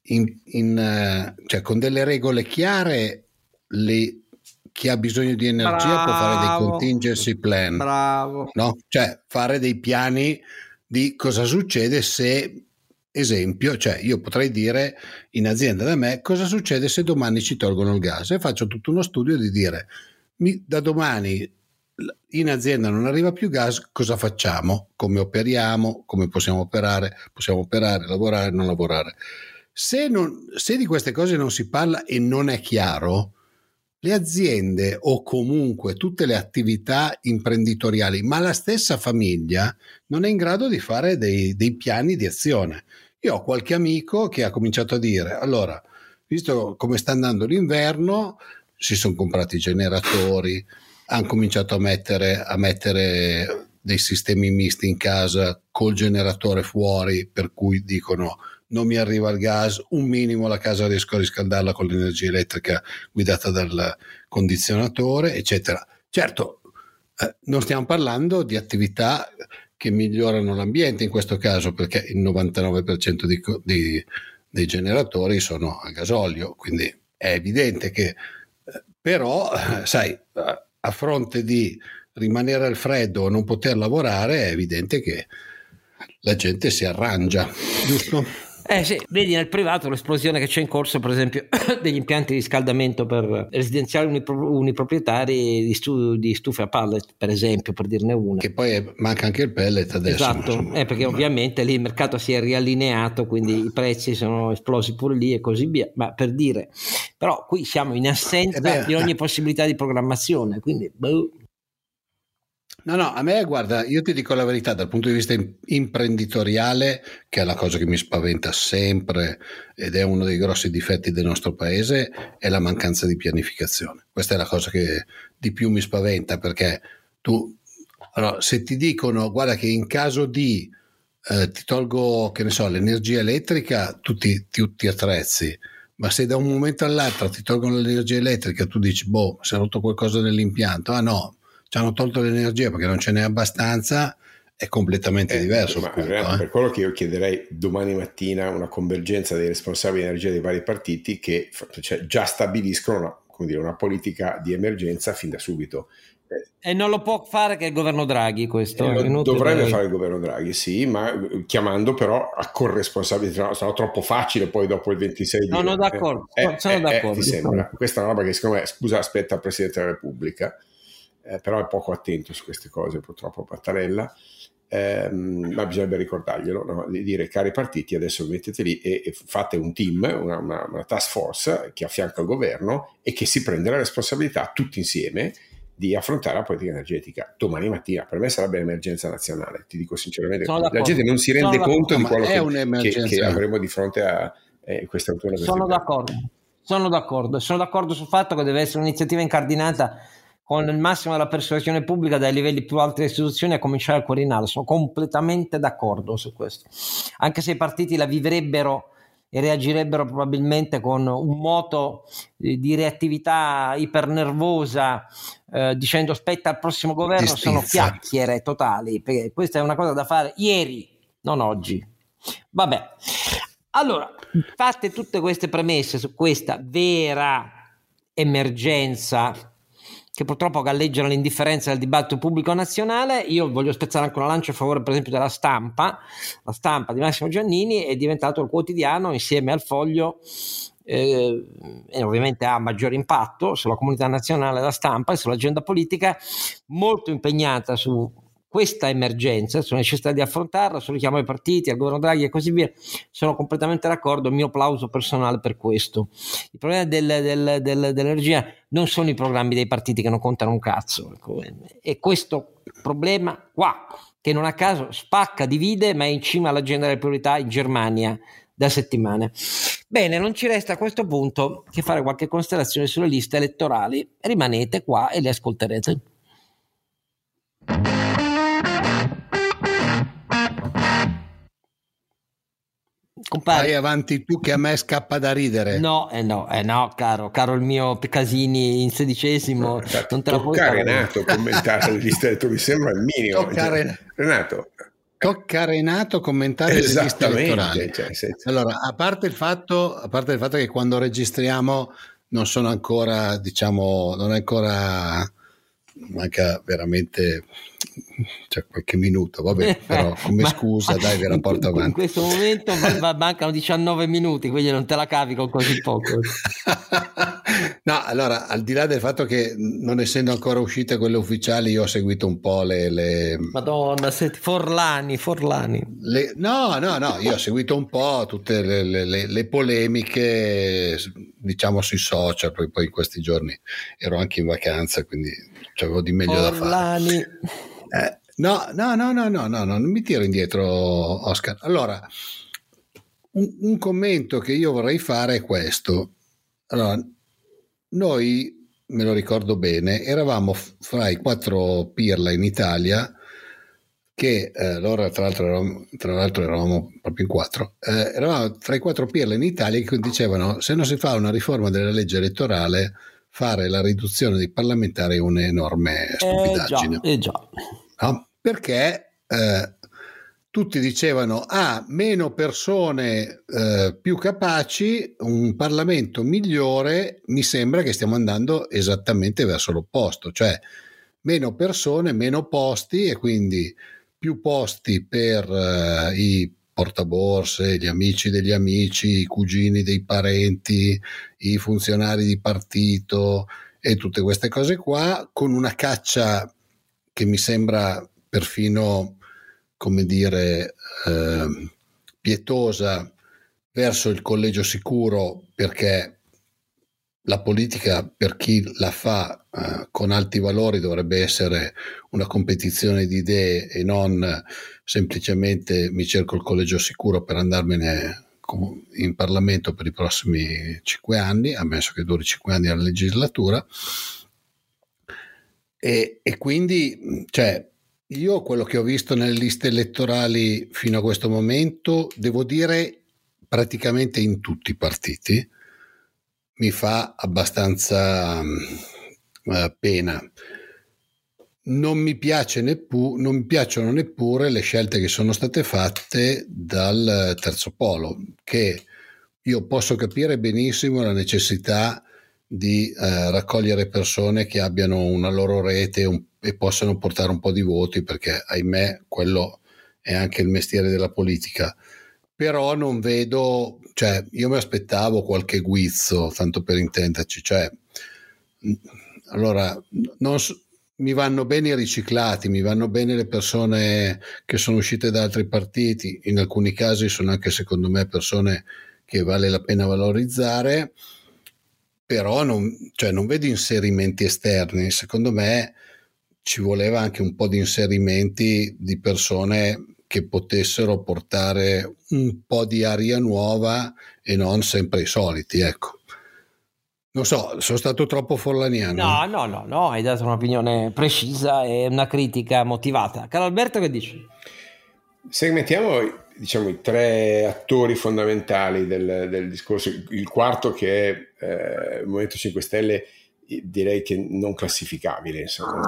cioè, con delle regole chiare chi ha bisogno di energia può fare dei contingency plan. Bravo. No? Cioè fare dei piani di cosa succede se, esempio, cioè io potrei dire in azienda da me cosa succede se domani ci tolgono il gas e faccio tutto uno studio di dire da domani in azienda non arriva più gas, cosa facciamo? Come operiamo? Come possiamo operare? Possiamo operare, lavorare, non lavorare. Se di queste cose non si parla e non è chiaro, le aziende o comunque tutte le attività imprenditoriali, ma la stessa famiglia non è in grado di fare dei piani di azione. Io ho qualche amico che ha cominciato a dire, allora, visto come sta andando l'inverno, si sono comprati i generatori, hanno cominciato a mettere dei sistemi misti in casa col generatore fuori, per cui dicono non mi arriva il gas, un minimo la casa riesco a riscaldarla con l'energia elettrica guidata dal condizionatore, eccetera. Certo, non stiamo parlando di attività che migliorano l'ambiente in questo caso, perché il 99% dei generatori sono a gasolio, quindi è evidente che però, sai, a fronte di rimanere al freddo o non poter lavorare, è evidente che la gente si arrangia, giusto? Sì, vedi nel privato l'esplosione che c'è in corso, per esempio, degli impianti di riscaldamento per residenziali uniproprietari di stufe a pallet, per esempio, per dirne una. Che poi manca anche il pellet adesso. Esatto, perché ovviamente lì il mercato si è riallineato, quindi i prezzi sono esplosi pure lì e così via, ma per dire, però qui siamo in assenza di ogni possibilità di programmazione, quindi No, a me, guarda, io ti dico la verità, dal punto di vista imprenditoriale, che è la cosa che mi spaventa sempre ed è uno dei grossi difetti del nostro paese, è la mancanza di pianificazione. Questa è la cosa che di più mi spaventa, perché allora, se ti dicono, guarda che in caso di ti tolgo, che ne so, l'energia elettrica, tu ti attrezzi, ma se da un momento all'altro ti tolgono l'energia elettrica, tu dici, si è rotto qualcosa nell'impianto, no, ci hanno tolto l'energia perché non ce n'è abbastanza, è completamente diverso. Per quello che io chiederei domani mattina una convergenza dei responsabili di energia dei vari partiti che già stabiliscono una politica di emergenza fin da subito. E non lo può fare che il governo Draghi, questo dovrebbe fare il governo Draghi, sì, ma chiamando però a corresponsabilità, sarà troppo facile poi dopo il 26 di sono d'accordo, sono d'accordo. Ti sembra? Questa è una roba che secondo me, scusa, aspetta il Presidente della Repubblica, però è poco attento su queste cose, purtroppo Mattarella, ma bisognerebbe ricordarglielo, no? Di dire, cari partiti, adesso vi mettete lì e fate un team, una task force che affianca il governo e che si prende la responsabilità tutti insieme di affrontare la politica energetica domani mattina. Per me sarebbe un'emergenza nazionale, ti dico sinceramente. La gente non si rende conto di quello che avremo di fronte a questa autunno. Sono d'accordo sul fatto che deve essere un'iniziativa incardinata con il massimo della persuasione pubblica dai livelli più alti delle istituzioni, a cominciare al Quirinale. Sono completamente d'accordo su questo, anche se i partiti la vivrebbero e reagirebbero probabilmente con un moto di reattività ipernervosa, dicendo aspetta al prossimo governo, sono chiacchiere totali, perché questa è una cosa da fare ieri, non oggi. Vabbè, allora, fatte tutte queste premesse su questa vera emergenza che purtroppo galleggiano l'indifferenza del dibattito pubblico nazionale, io voglio spezzare anche una lancia a favore, per esempio, della Stampa. La Stampa di Massimo Giannini è diventato il quotidiano, insieme al Foglio, e ovviamente ha maggior impatto sulla comunità nazionale, la Stampa, e sull'agenda politica, molto impegnata su questa emergenza, sulla necessità di affrontarla, sul richiamo ai partiti, al governo Draghi e così via. Sono completamente d'accordo, il mio applauso personale per questo. Il problema dell'energia non sono i programmi dei partiti che non contano un cazzo, è questo problema qua che non a caso spacca, divide, ma è in cima all'agenda delle priorità in Germania da settimane. Bene, non ci resta a questo punto che fare qualche considerazione sulle liste elettorali. Rimanete qua e le ascolterete. Compare. Vai avanti tu che a me scappa da ridere. No, caro il mio Casini in 16°, non te la puoi fare. Renato commentare le liste elettorali, mi sembra il minimo. Renato. Tocca a Renato commentare le liste elettorali. Allora, a parte il fatto che quando registriamo non sono ancora, diciamo, non è ancora, manca veramente qualche minuto, vabbè, però come scusa dai, ve la porto avanti. In questo momento mancano 19 minuti, quindi non te la cavi con così poco. No, allora, al di là del fatto che non essendo ancora uscite quelle ufficiali, io ho seguito un po' le... Madonna, Forlani. No, io ho seguito un po' tutte le polemiche, diciamo, sui social, poi in questi giorni ero anche in vacanza, quindi c'avevo di meglio Forlani. Da fare. No, non mi tiro indietro, Oscar. Allora, un commento che io vorrei fare è questo. Allora, noi, me lo ricordo bene, eravamo fra i 4 pirla in Italia che allora tra l'altro eravamo proprio in 4, eravamo tra i 4 pirla in Italia che dicevano: se non si fa una riforma della legge elettorale, fare la riduzione dei parlamentari è un'enorme stupidaggine. Già. No? Perché tutti dicevano: meno persone più capaci, un Parlamento migliore. Mi sembra che stiamo andando esattamente verso l'opposto, cioè meno persone, meno posti, e quindi più posti per i portaborse, gli amici degli amici, i cugini dei parenti, i funzionari di partito e tutte queste cose qua, con una caccia che mi sembra perfino, come dire, pietosa verso il collegio sicuro, perché la politica, per chi la fa con alti valori, dovrebbe essere una competizione di idee e non semplicemente mi cerco il collegio sicuro per andarmene in Parlamento per i prossimi 5 anni, ammesso che duri 5 anni la legislatura. E quindi, cioè, io quello che ho visto nelle liste elettorali fino a questo momento, devo dire praticamente in tutti i partiti, mi fa abbastanza pena. Non mi piacciono neppure le scelte che sono state fatte dal terzo polo, che io posso capire benissimo la necessità di raccogliere persone che abbiano una loro rete e possano portare un po' di voti, perché ahimè quello è anche il mestiere della politica. Però non vedo, cioè io mi aspettavo qualche guizzo, tanto per intenderci, cioè allora mi vanno bene i riciclati, mi vanno bene le persone che sono uscite da altri partiti, in alcuni casi sono anche secondo me persone che vale la pena valorizzare, però non vedo inserimenti esterni. Secondo me ci voleva anche un po' di inserimenti di persone che potessero portare un po' di aria nuova e non sempre i soliti, ecco. Non so, sono stato troppo forlaniano. No, hai dato un'opinione precisa e una critica motivata. Caro Alberto, che dici? Segmentiamo, diciamo, i 3 attori fondamentali del discorso. Il quarto, che è il Movimento 5 Stelle, direi che non classificabile, insomma.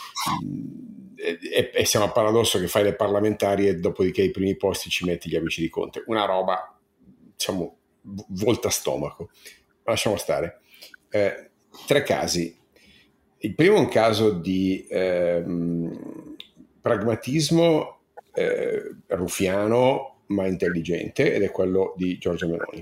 E siamo al paradosso che fai le parlamentari e dopodiché ai primi posti ci metti gli amici di Conte, una roba, diciamo, volta stomaco. Ma lasciamo stare. 3 casi. Il primo è un caso di pragmatismo ruffiano ma intelligente, ed è quello di Giorgia Meloni.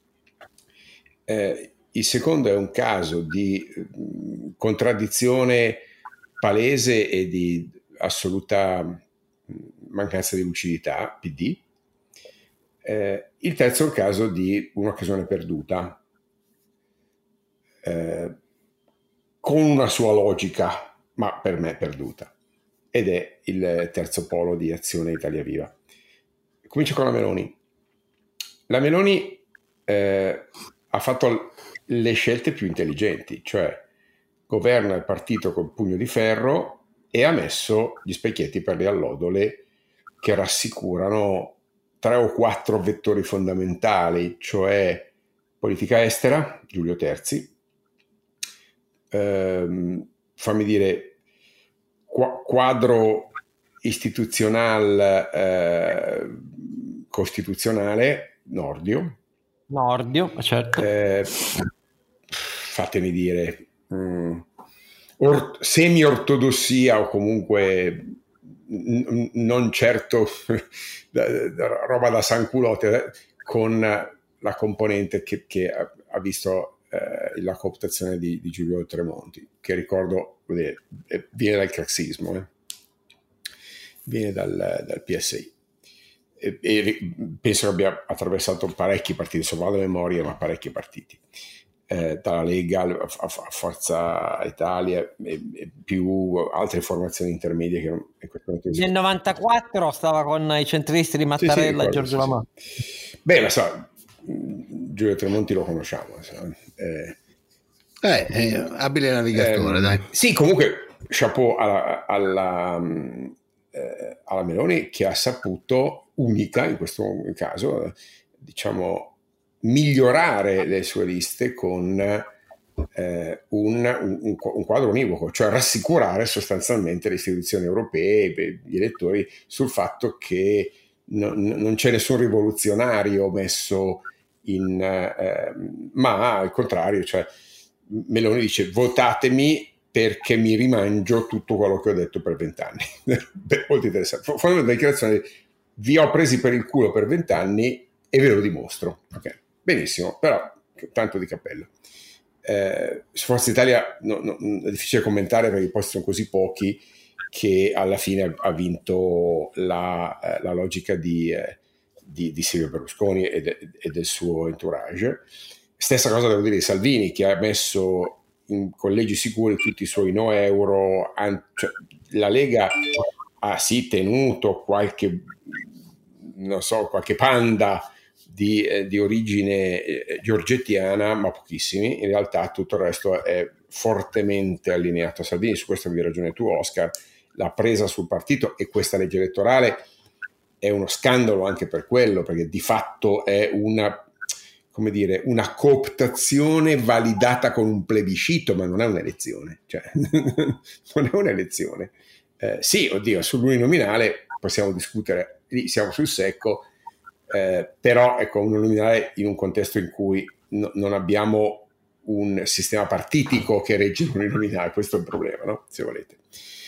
Il secondo è un caso di contraddizione palese e di assoluta mancanza di lucidità, PD. Il terzo è un caso di un'occasione perduta, con una sua logica, ma per me perduta, ed è il terzo polo di Azione Italia Viva. Comincio con la Meloni. la Meloni ha fatto le scelte più intelligenti, cioè governa il partito col pugno di ferro e ha messo gli specchietti per le allodole che rassicurano 3 o 4 vettori fondamentali, cioè politica estera, Giulio Terzi, fammi dire, quadro istituzionale costituzionale, Nordio, certo. Fatemi dire, semi-ortodossia o comunque non certo roba da sanculote, con la componente che ha visto la cooptazione di Giulio Tremonti, che ricordo viene dal craxismo, viene dal PSI. E penso che abbia attraversato parecchi partiti, insomma vado a memoria, ma parecchi partiti, dalla Lega a Forza Italia e più altre formazioni intermedie che nel 94 stava con i centristi di Mattarella e Giorgio Lamà. Beh, lo so, Giulio Tremonti lo conosciamo, abile navigatore, dai. Sì, comunque chapeau alla Meloni, che ha saputo, unica in questo caso, diciamo, migliorare le sue liste con un quadro univoco, cioè rassicurare sostanzialmente le istituzioni europee, gli elettori, sul fatto che non c'è nessun rivoluzionario messo in ma al contrario, cioè Meloni dice: votatemi perché mi rimangio tutto quello che ho detto per 20 anni. Molto interessante. Fa una dichiarazione: vi ho presi per il culo per 20 anni e ve lo dimostro. Okay. Benissimo, però tanto di cappello. Su Forza Italia è difficile commentare perché i posti sono così pochi che alla fine ha vinto la logica di Silvio Berlusconi e del suo entourage. Stessa cosa devo dire di Salvini, che ha messo in collegi sicuri tutti i suoi no euro, cioè, la Lega ha sì tenuto qualche panda di origine giorgettiana, ma pochissimi. In realtà tutto il resto è fortemente allineato a Salvini. Su questo avevi ragione tu, Oscar. La presa sul partito e questa legge elettorale è uno scandalo anche per quello, perché di fatto è una cooptazione validata con un plebiscito, ma non è un'elezione, cioè non è un'elezione. Sì, oddio, sull'uninominale possiamo discutere, lì siamo sul secco, però ecco, un uninominale in un contesto in cui non abbiamo un sistema partitico che regge l'uninominale, questo è il problema, no? Se volete.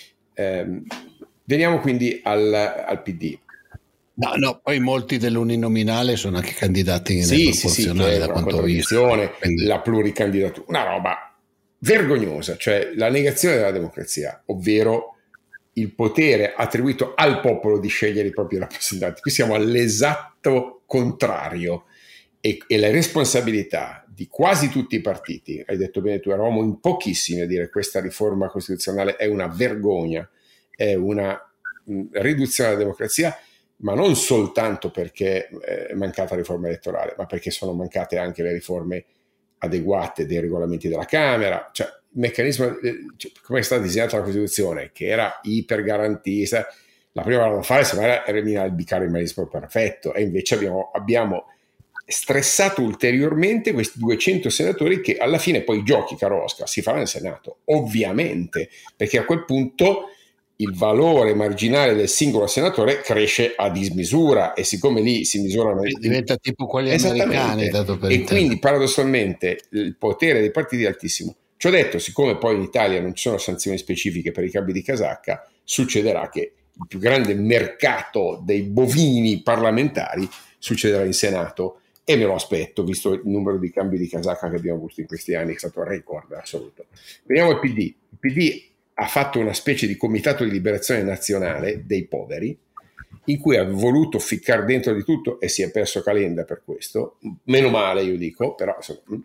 Veniamo quindi al PD. No, poi molti dell'uninominale sono anche candidati nelle proporzionali, da quanto ho visto. Quindi la pluricandidatura, una roba vergognosa, cioè la negazione della democrazia, ovvero il potere attribuito al popolo di scegliere i propri rappresentanti. Qui siamo all'esatto contrario e la responsabilità di quasi tutti i partiti, hai detto bene tu, eravamo in pochissimi a dire questa riforma costituzionale è una vergogna, è una riduzione della democrazia, ma non soltanto perché è mancata la riforma elettorale, ma perché sono mancate anche le riforme adeguate dei regolamenti della Camera, cioè il meccanismo, come è stata disegnata la Costituzione, che era ipergarantista, la prima cosa da fare sembra eliminare il bicameralismo perfetto, e invece abbiamo stressato ulteriormente questi 200 senatori che alla fine poi i giochi, caro Oscar, si faranno nel Senato, ovviamente, perché a quel punto il valore marginale del singolo senatore cresce a dismisura, e siccome lì si misurano, diventa tipo quelli americani, dato per e quindi paradossalmente il potere dei partiti è altissimo. Ciò detto, siccome poi in Italia non ci sono sanzioni specifiche per i cambi di casacca, succederà che il più grande mercato dei bovini parlamentari succederà in Senato, e me lo aspetto, visto il numero di cambi di casacca che abbiamo avuto in questi anni, che è stato un record assoluto. Veniamo al PD. Il PD ha fatto una specie di comitato di liberazione nazionale dei poveri, in cui ha voluto ficcare dentro di tutto, e si è perso Calenda per questo, meno male io dico, però insomma,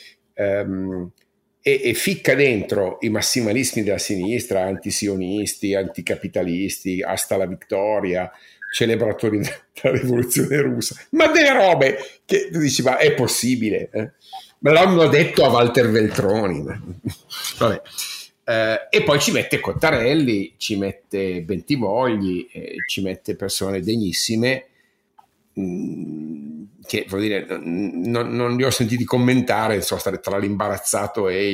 e ficca dentro i massimalismi della sinistra, antisionisti, anticapitalisti, hasta la vittoria, celebratori della rivoluzione russa, ma delle robe che tu dici, ma è possibile? Me l'hanno detto a Walter Veltroni. Vabbè. E poi ci mette Cottarelli, ci mette Bentivogli, ci mette persone degnissime che, vuol dire, non li ho sentiti commentare, so, stare tra l'imbarazzato e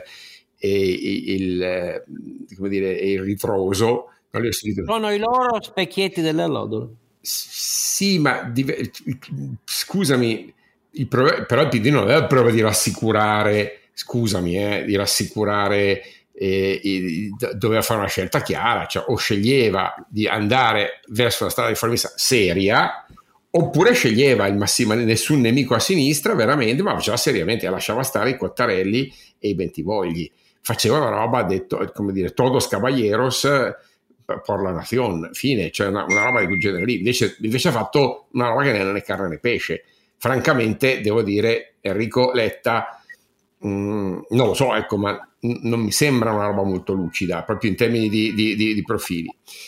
il come dire, e il ritroso. Non li ho sentiti. Sono i loro specchietti delle allodole. Sì, ma scusami, però il PD non aveva prova di rassicurare, di rassicurare, doveva fare una scelta chiara, cioè o sceglieva di andare verso una strada riformista seria, oppure sceglieva il nessun nemico a sinistra veramente, ma faceva seriamente, lasciava stare i Cottarelli e i Bentivogli, faceva una roba, detto, come dire, todos caballeros por la nación, fine, cioè una roba di quel genere lì. Invece ha fatto una roba che non è carne né pesce. Francamente devo dire, Enrico Letta, non lo so, ecco, ma non mi sembra una roba molto lucida proprio in termini di profili.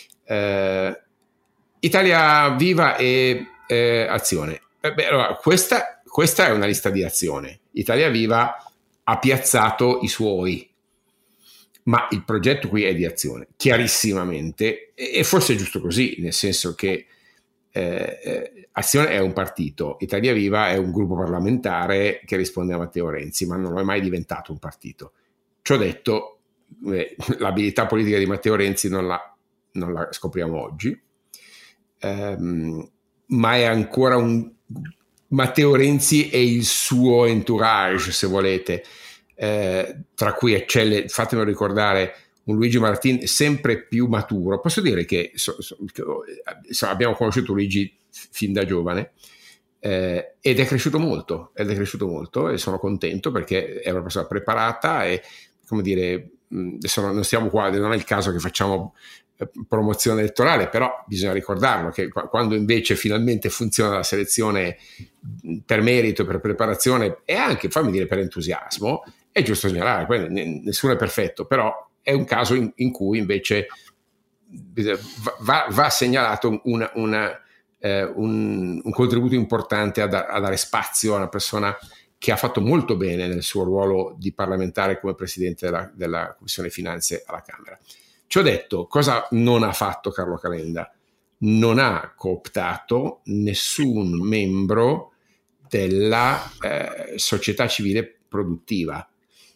Italia Viva e Azione. Allora, questa è una lista di Azione. Italia Viva ha piazzato i suoi, ma il progetto qui è di Azione, chiarissimamente, e forse è giusto così, nel senso che Azione è un partito, Italia Viva è un gruppo parlamentare che risponde a Matteo Renzi, ma non lo è mai diventato un partito. Ciò detto, l'abilità politica di Matteo Renzi non la scopriamo oggi, ma è ancora un Matteo Renzi e il suo entourage, se volete, tra cui eccelle, fatemelo ricordare, un Luigi Martin sempre più maturo. Posso dire che abbiamo conosciuto Luigi fin da giovane, ed è cresciuto molto e sono contento perché è una persona preparata e, come dire, adesso non stiamo qua, non è il caso che facciamo promozione elettorale, però bisogna ricordarlo che quando invece finalmente funziona la selezione per merito, per preparazione e anche, fammi dire, per entusiasmo, è giusto segnalare. Poi nessuno è perfetto, però è un caso in cui invece va segnalato un contributo importante a dare spazio a una persona che ha fatto molto bene nel suo ruolo di parlamentare come presidente della Commissione Finanze alla Camera. Ciò detto, cosa non ha fatto Carlo Calenda? Non ha cooptato nessun membro della società civile produttiva.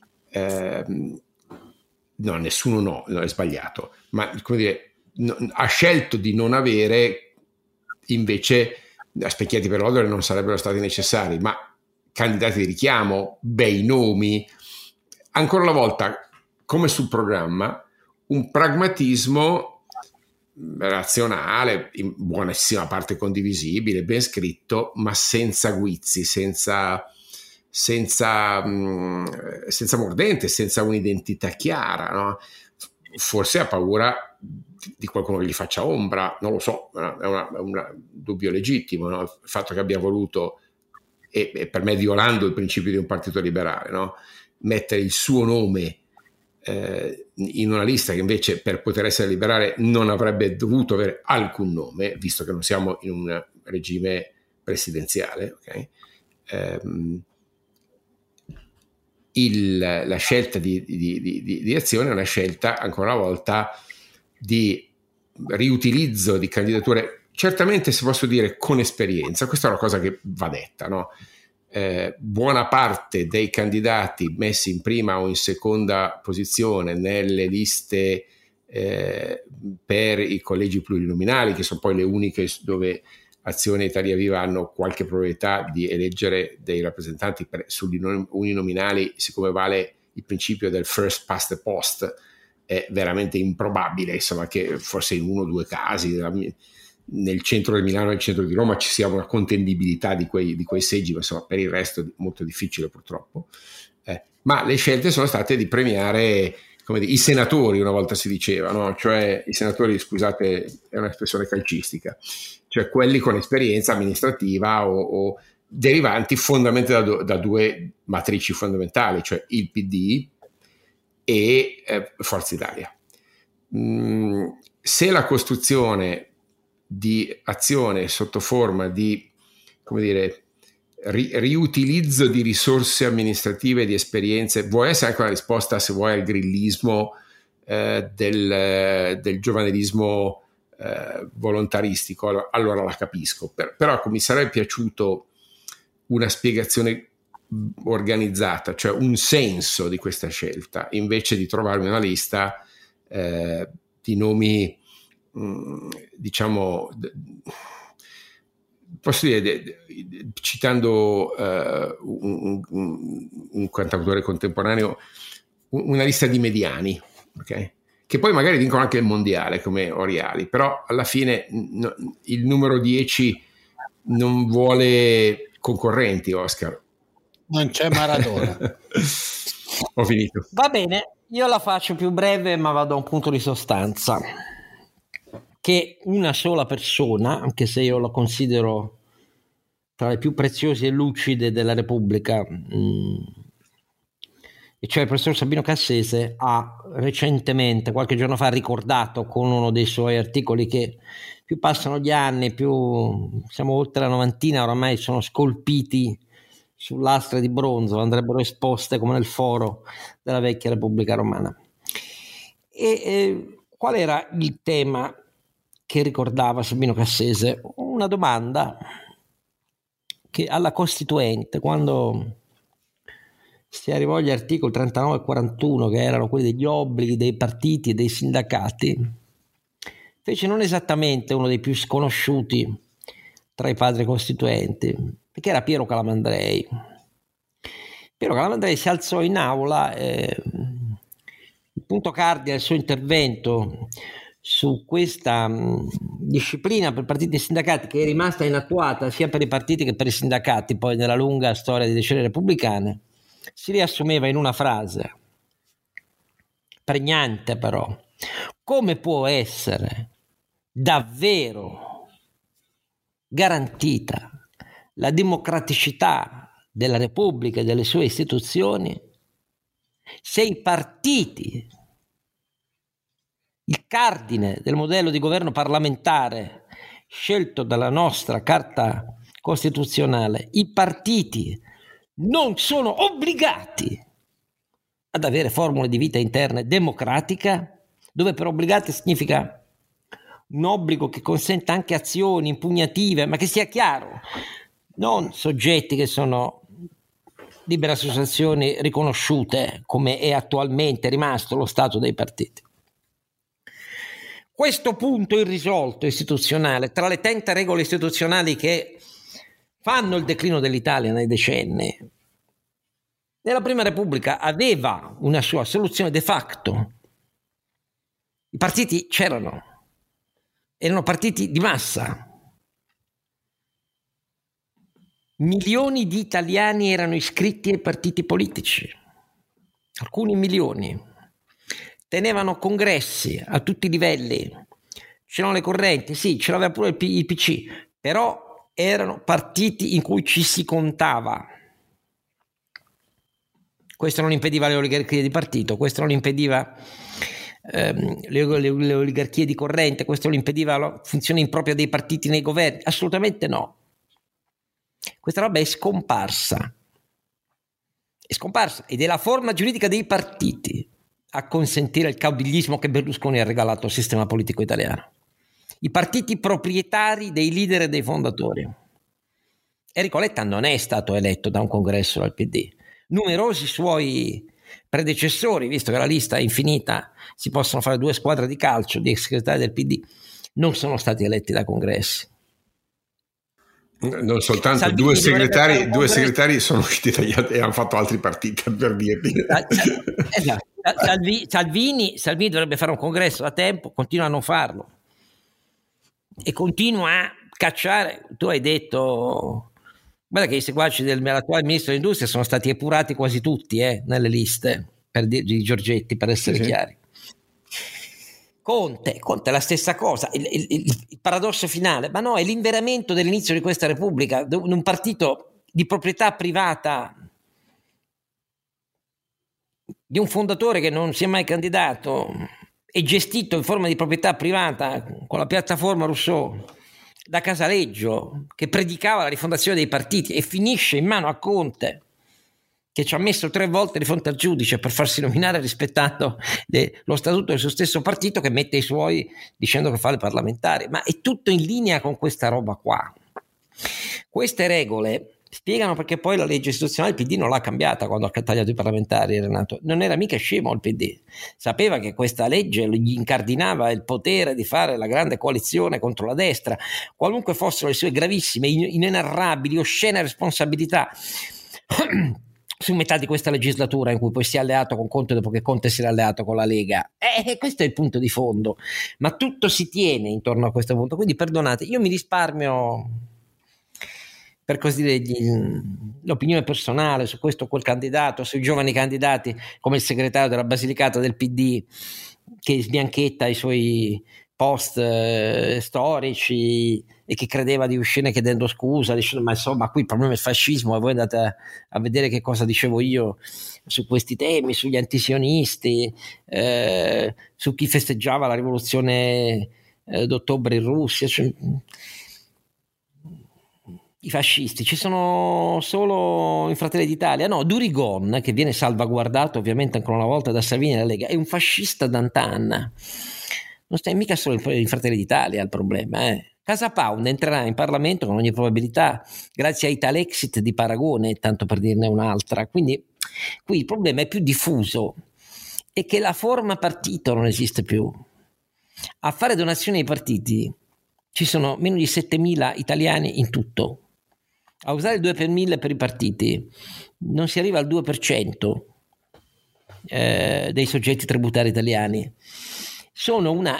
No, nessuno no, è sbagliato, ma, come dire, ha scelto di non avere, invece specchietti per l'odore non sarebbero stati necessari, ma candidati di richiamo, bei nomi, ancora una volta, come sul programma, un pragmatismo razionale, in buonissima parte condivisibile, ben scritto, ma senza guizzi, senza mordente, senza un'identità chiara, no? Forse ha paura di qualcuno che gli faccia ombra, non lo so, è un dubbio legittimo, no? Il fatto che abbia voluto, e per me violando il principio di un partito liberale, no? Mettere il suo nome in una lista che invece per poter essere liberale non avrebbe dovuto avere alcun nome, visto che non siamo in un regime presidenziale, ok? La scelta di Azione è una scelta, ancora una volta, di riutilizzo di candidature, certamente, se posso dire, con esperienza. Questa è una cosa che va detta, no? Buona parte dei candidati messi in prima o in seconda posizione nelle liste per i collegi plurinominali, che sono poi le uniche dove Azione e Italia Viva hanno qualche probabilità di eleggere dei rappresentanti sugli uninominali, siccome vale il principio del first past the post, è veramente improbabile, insomma, che forse in uno o due casi nel centro di Milano e nel centro di Roma ci sia una contendibilità di quei seggi, ma insomma per il resto è molto difficile, purtroppo. Ma le scelte sono state di premiare, come dire, i senatori, una volta si diceva, no? Cioè i senatori, scusate, è un'espressione calcistica, cioè quelli con esperienza amministrativa o derivanti fondamentalmente da due matrici fondamentali, cioè il PD e Forza Italia. Se la costruzione di azione sotto forma di, come dire, riutilizzo di risorse amministrative, di esperienze, vuole essere anche una risposta, se vuoi, al grillismo del giovanilismo volontaristico, allora la capisco. Però ecco, mi sarebbe piaciuto una spiegazione organizzata, cioè un senso di questa scelta, invece di trovarmi una lista di nomi, diciamo, posso dire, citando un cantautore contemporaneo, una lista di mediani, okay? Che poi magari vincono anche il mondiale come Oriali, però alla fine il numero 10 non vuole concorrenti, Oscar. Non c'è Maradona. Ho finito. Va bene, io la faccio più breve, ma vado a un punto di sostanza. Che una sola persona, anche se io la considero tra le più preziose e lucide della Repubblica, e cioè il professor Sabino Cassese, ha recentemente, qualche giorno fa, ricordato con uno dei suoi articoli che più passano gli anni, più siamo oltre la novantina, oramai sono scolpiti su lastre di bronzo, andrebbero esposte come nel foro della vecchia Repubblica Romana. E qual era il tema che ricordava Sabino Cassese? Una domanda che alla Costituente, quando si arrivò agli articoli 39 e 41, che erano quelli degli obblighi dei partiti e dei sindacati, fece non esattamente uno dei più sconosciuti tra i padri costituenti, perché era Piero Calamandrei. Piero Calamandrei si alzò in aula, il punto cardine del suo intervento su questa disciplina per partiti e sindacati, che è rimasta inattuata sia per i partiti che per i sindacati poi nella lunga storia di decennio repubblicane, si riassumeva in una frase pregnante però: come può essere davvero garantita la democraticità della Repubblica e delle sue istituzioni se i partiti, il cardine del modello di governo parlamentare scelto dalla nostra Carta Costituzionale, i partiti non sono obbligati ad avere formule di vita interne democratica, dove per obbligati significa un obbligo che consenta anche azioni impugnative, ma che sia chiaro, non soggetti che sono libere associazioni riconosciute, come è attualmente rimasto lo stato dei partiti. Questo punto irrisolto istituzionale, tra le tante regole istituzionali che fanno il declino dell'Italia nei decenni, nella Prima Repubblica aveva una sua soluzione de facto. I partiti c'erano, erano partiti di massa. Milioni di italiani erano iscritti ai partiti politici, alcuni milioni. Tenevano congressi a tutti i livelli, c'erano le correnti, sì, ce l'aveva pure il PC, però erano partiti in cui ci si contava. Questo non impediva le oligarchie di partito, questo non impediva le oligarchie di corrente, questo non impediva la funzione impropria dei partiti nei governi, assolutamente no. Questa roba è scomparsa ed è la forma giuridica dei partiti a consentire il caudilismo che Berlusconi ha regalato al sistema politico italiano. I partiti proprietari dei leader e dei fondatori. Enrico Letta non è stato eletto da un congresso del PD. Numerosi suoi predecessori, visto che la lista è infinita, si possono fare 2 squadre di calcio di ex segretari del PD, non sono stati eletti da congressi. Non soltanto Salvini, due segretari sono usciti tagliati e hanno fatto altri partiti, per dirti. Salvini dovrebbe fare un congresso da tempo, continua a non farlo e continua a cacciare. Tu hai detto, guarda che i seguaci dell'attuale ministro dell'industria sono stati epurati quasi tutti nelle liste di Giorgetti, per essere chiari. Conte è la stessa cosa, il paradosso finale, ma no, è l'inveramento dell'inizio di questa Repubblica, un partito di proprietà privata di un fondatore che non si è mai candidato e gestito in forma di proprietà privata con la piattaforma Rousseau da Casaleggio, che predicava la rifondazione dei partiti, e finisce in mano a Conte, che ci ha messo 3 volte di fronte al giudice per farsi nominare rispettando lo statuto del suo stesso partito, che mette i suoi dicendo che fa le parlamentari. Ma è tutto in linea con questa roba qua. Queste regole spiegano perché poi la legge istituzionale il PD non l'ha cambiata quando ha tagliato i parlamentari, Renato. Non era mica scemo il PD, sapeva che questa legge gli incardinava il potere di fare la grande coalizione contro la destra, qualunque fossero le sue gravissime, inenarrabili, oscene responsabilità su metà di questa legislatura in cui poi si è alleato con Conte dopo che Conte si era alleato con la Lega. Questo è il punto di fondo, ma tutto si tiene intorno a questo punto. Quindi perdonate, io mi risparmio, per così dire, l'opinione personale su questo o quel candidato, sui giovani candidati come il segretario della Basilicata del PD che sbianchetta i suoi post storici e che credeva di uscire chiedendo scusa, dicendo ma insomma qui il problema è il fascismo e voi andate a vedere che cosa dicevo io su questi temi, sugli antisionisti, su chi festeggiava la rivoluzione d'ottobre in Russia, cioè, i fascisti ci sono solo in Fratelli d'Italia. No, Durigon, che viene salvaguardato ovviamente ancora una volta da Salvini e dalla Lega, è un fascista d'antan. Non stai mica solo in Fratelli d'Italia il problema. Casa Pound entrerà in Parlamento con ogni probabilità grazie a Italexit di Paragone, tanto per dirne un'altra. Quindi qui il problema è più diffuso, è che la forma partito non esiste più. A fare donazioni ai partiti ci sono meno di 7.000 italiani in tutto. A usare il 2 per 1000 per i partiti non si arriva al 2% dei soggetti tributari italiani. Sono una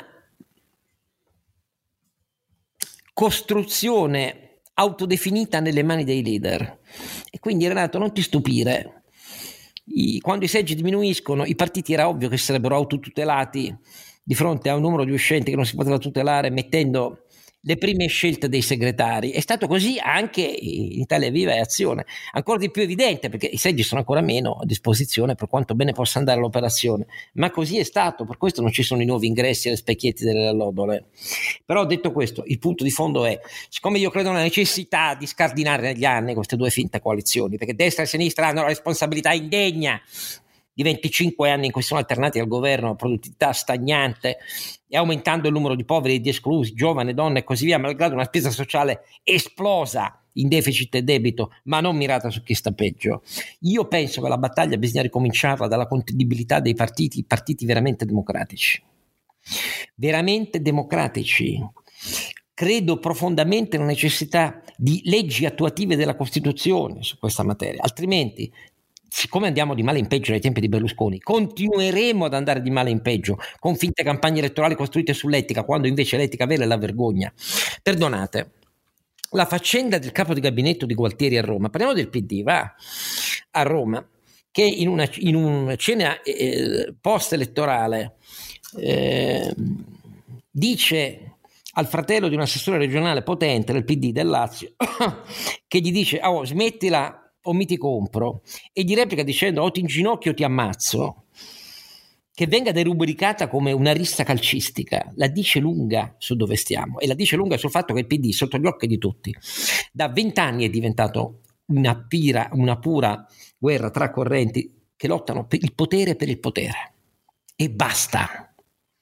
costruzione autodefinita nelle mani dei leader. E quindi, Renato, non ti stupire. Quando i seggi diminuiscono, i partiti era ovvio che sarebbero autotutelati di fronte a un numero di uscenti che non si poteva tutelare, mettendo le prime scelte dei segretari. È stato così anche in Italia Viva e Azione, ancora di più evidente perché i seggi sono ancora meno a disposizione per quanto bene possa andare l'operazione, ma così è stato, per questo non ci sono i nuovi ingressi alle specchietti delle allodole. Però detto questo, il punto di fondo è, siccome io credo nella necessità di scardinare negli anni queste due finte coalizioni, perché destra e sinistra hanno la responsabilità indegna di 25 anni in cui sono alternati al governo, produttività stagnante e aumentando il numero di poveri e di esclusi, giovani, donne e così via, malgrado una spesa sociale esplosa in deficit e debito, ma non mirata su chi sta peggio. Io penso che la battaglia bisogna ricominciarla dalla contenibilità dei partiti veramente democratici. Veramente democratici. Credo profondamente nella necessità di leggi attuative della Costituzione su questa materia, altrimenti, siccome andiamo di male in peggio nei tempi di Berlusconi, continueremo ad andare di male in peggio con finte campagne elettorali costruite sull'etica, quando invece l'etica vera è la vergogna. Perdonate, la faccenda del capo di gabinetto di Gualtieri a Roma, parliamo del PD, va, a Roma, che in una cena post elettorale dice al fratello di un assessore regionale potente del PD del Lazio che gli dice smettila o mi ti compro, e gli replica dicendo o ti inginocchio o ti ammazzo, che venga derubricata come una rissa calcistica, la dice lunga su dove stiamo, e la dice lunga sul fatto che il PD sotto gli occhi di tutti da 20 anni è diventato una pura guerra tra correnti che lottano per il potere, e basta,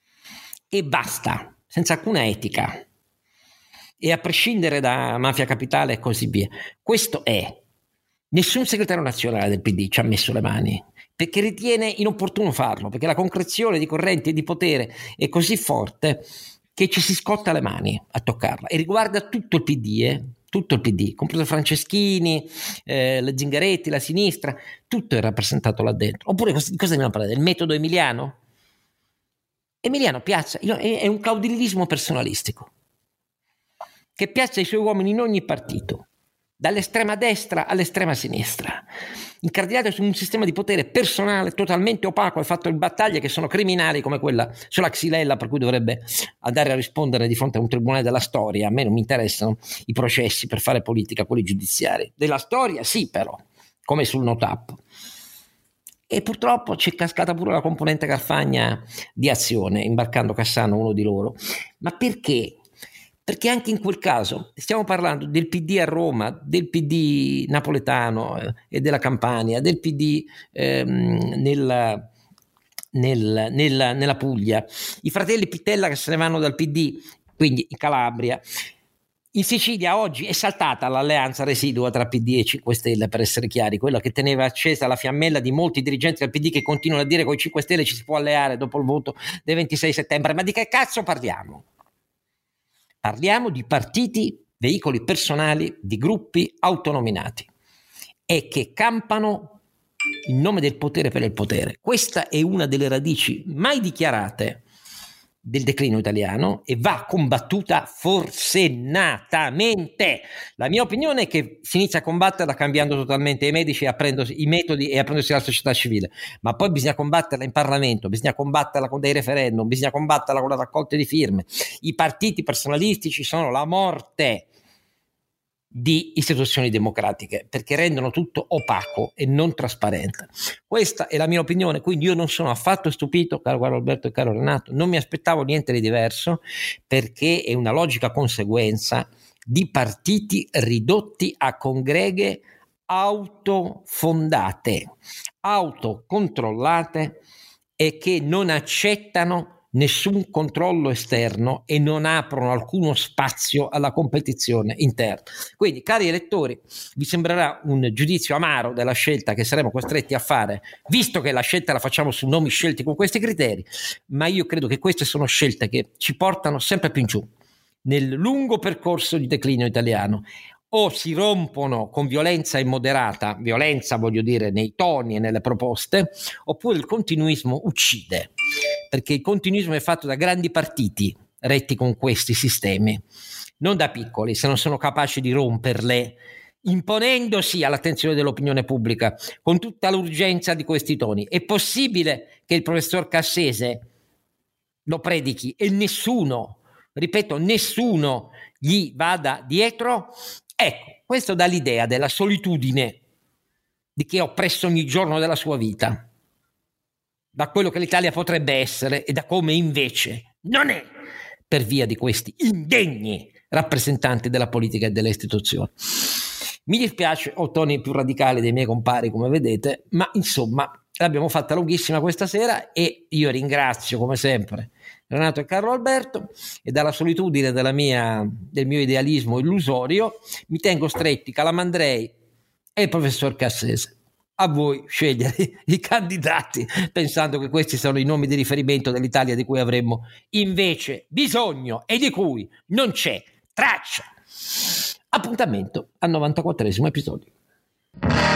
senza alcuna etica e a prescindere da mafia capitale e così via. Questo è. Nessun segretario nazionale del PD ci ha messo le mani perché ritiene inopportuno farlo, perché la concrezione di correnti e di potere è così forte che ci si scotta le mani a toccarla, e riguarda tutto il PD, compreso Franceschini, le Zingaretti, la sinistra, tutto è rappresentato là dentro. Oppure di cosa dobbiamo parlare? Del metodo Emiliano? Emiliano piazza, è un caudillismo personalistico che piazza i suoi uomini in ogni partito, dall'estrema destra all'estrema sinistra, incardinato su un sistema di potere personale totalmente opaco e fatto in battaglie che sono criminali, come quella sulla Xylella, per cui dovrebbe andare a rispondere di fronte a un tribunale della storia. A me non mi interessano i processi per fare politica, quelli giudiziari. Della storia sì, però, come sul NOTAP. E purtroppo c'è cascata pure la componente Carfagna di Azione, imbarcando Cassano, uno di loro. Ma perché? perché anche in quel caso stiamo parlando del PD a Roma, del PD napoletano e della Campania, del PD nella Puglia, i fratelli Pittella che se ne vanno dal PD, quindi in Calabria. In Sicilia oggi è saltata l'alleanza residua tra PD e 5 Stelle, per essere chiari, quella che teneva accesa la fiammella di molti dirigenti del PD che continuano a dire che con i 5 Stelle ci si può alleare dopo il voto del 26 settembre. Ma di che cazzo parliamo? Parliamo di partiti, veicoli personali, di gruppi autonominati e che campano in nome del potere per il potere. Questa è una delle radici mai dichiarate del declino italiano e va combattuta forsennatamente. La mia opinione è che si inizia a combatterla cambiando totalmente i medici, i metodi e aprendosi la società civile, ma poi bisogna combatterla in Parlamento, bisogna combatterla con dei referendum, bisogna combatterla con la raccolta di firme. I partiti personalistici sono la morte di istituzioni democratiche perché rendono tutto opaco e non trasparente. Questa è la mia opinione, quindi io non sono affatto stupito, caro Alberto e caro Renato, non mi aspettavo niente di diverso, perché è una logica conseguenza di partiti ridotti a congreghe autofondate, autocontrollate e che non accettano nessun controllo esterno e non aprono alcuno spazio alla competizione interna. Quindi, cari elettori, vi sembrerà un giudizio amaro della scelta che saremo costretti a fare, visto che la scelta la facciamo su nomi scelti con questi criteri, ma io credo che queste sono scelte che ci portano sempre più in giù nel lungo percorso di declino italiano. O si rompono con violenza immoderata, violenza voglio dire nei toni e nelle proposte, oppure il continuismo uccide, perché il continuismo è fatto da grandi partiti retti con questi sistemi, non da piccoli, se non sono capaci di romperle, imponendosi all'attenzione dell'opinione pubblica con tutta l'urgenza di questi toni. È possibile che il professor Cassese lo predichi e nessuno, ripeto, nessuno gli vada dietro? Ecco, questo dà l'idea della solitudine di chi è oppresso ogni giorno della sua vita, da quello che l'Italia potrebbe essere e da come invece non è, per via di questi indegni rappresentanti della politica e delle istituzioni. Mi dispiace, ho toni più radicali dei miei compari, come vedete, ma insomma l'abbiamo fatta lunghissima questa sera e io ringrazio come sempre Renato e Carlo Alberto, e dalla solitudine del mio idealismo illusorio mi tengo stretti Calamandrei e il professor Cassese. A voi scegliere i candidati, pensando che questi sono i nomi di riferimento dell'Italia di cui avremmo invece bisogno e di cui non c'è traccia. Appuntamento al 94esimo episodio.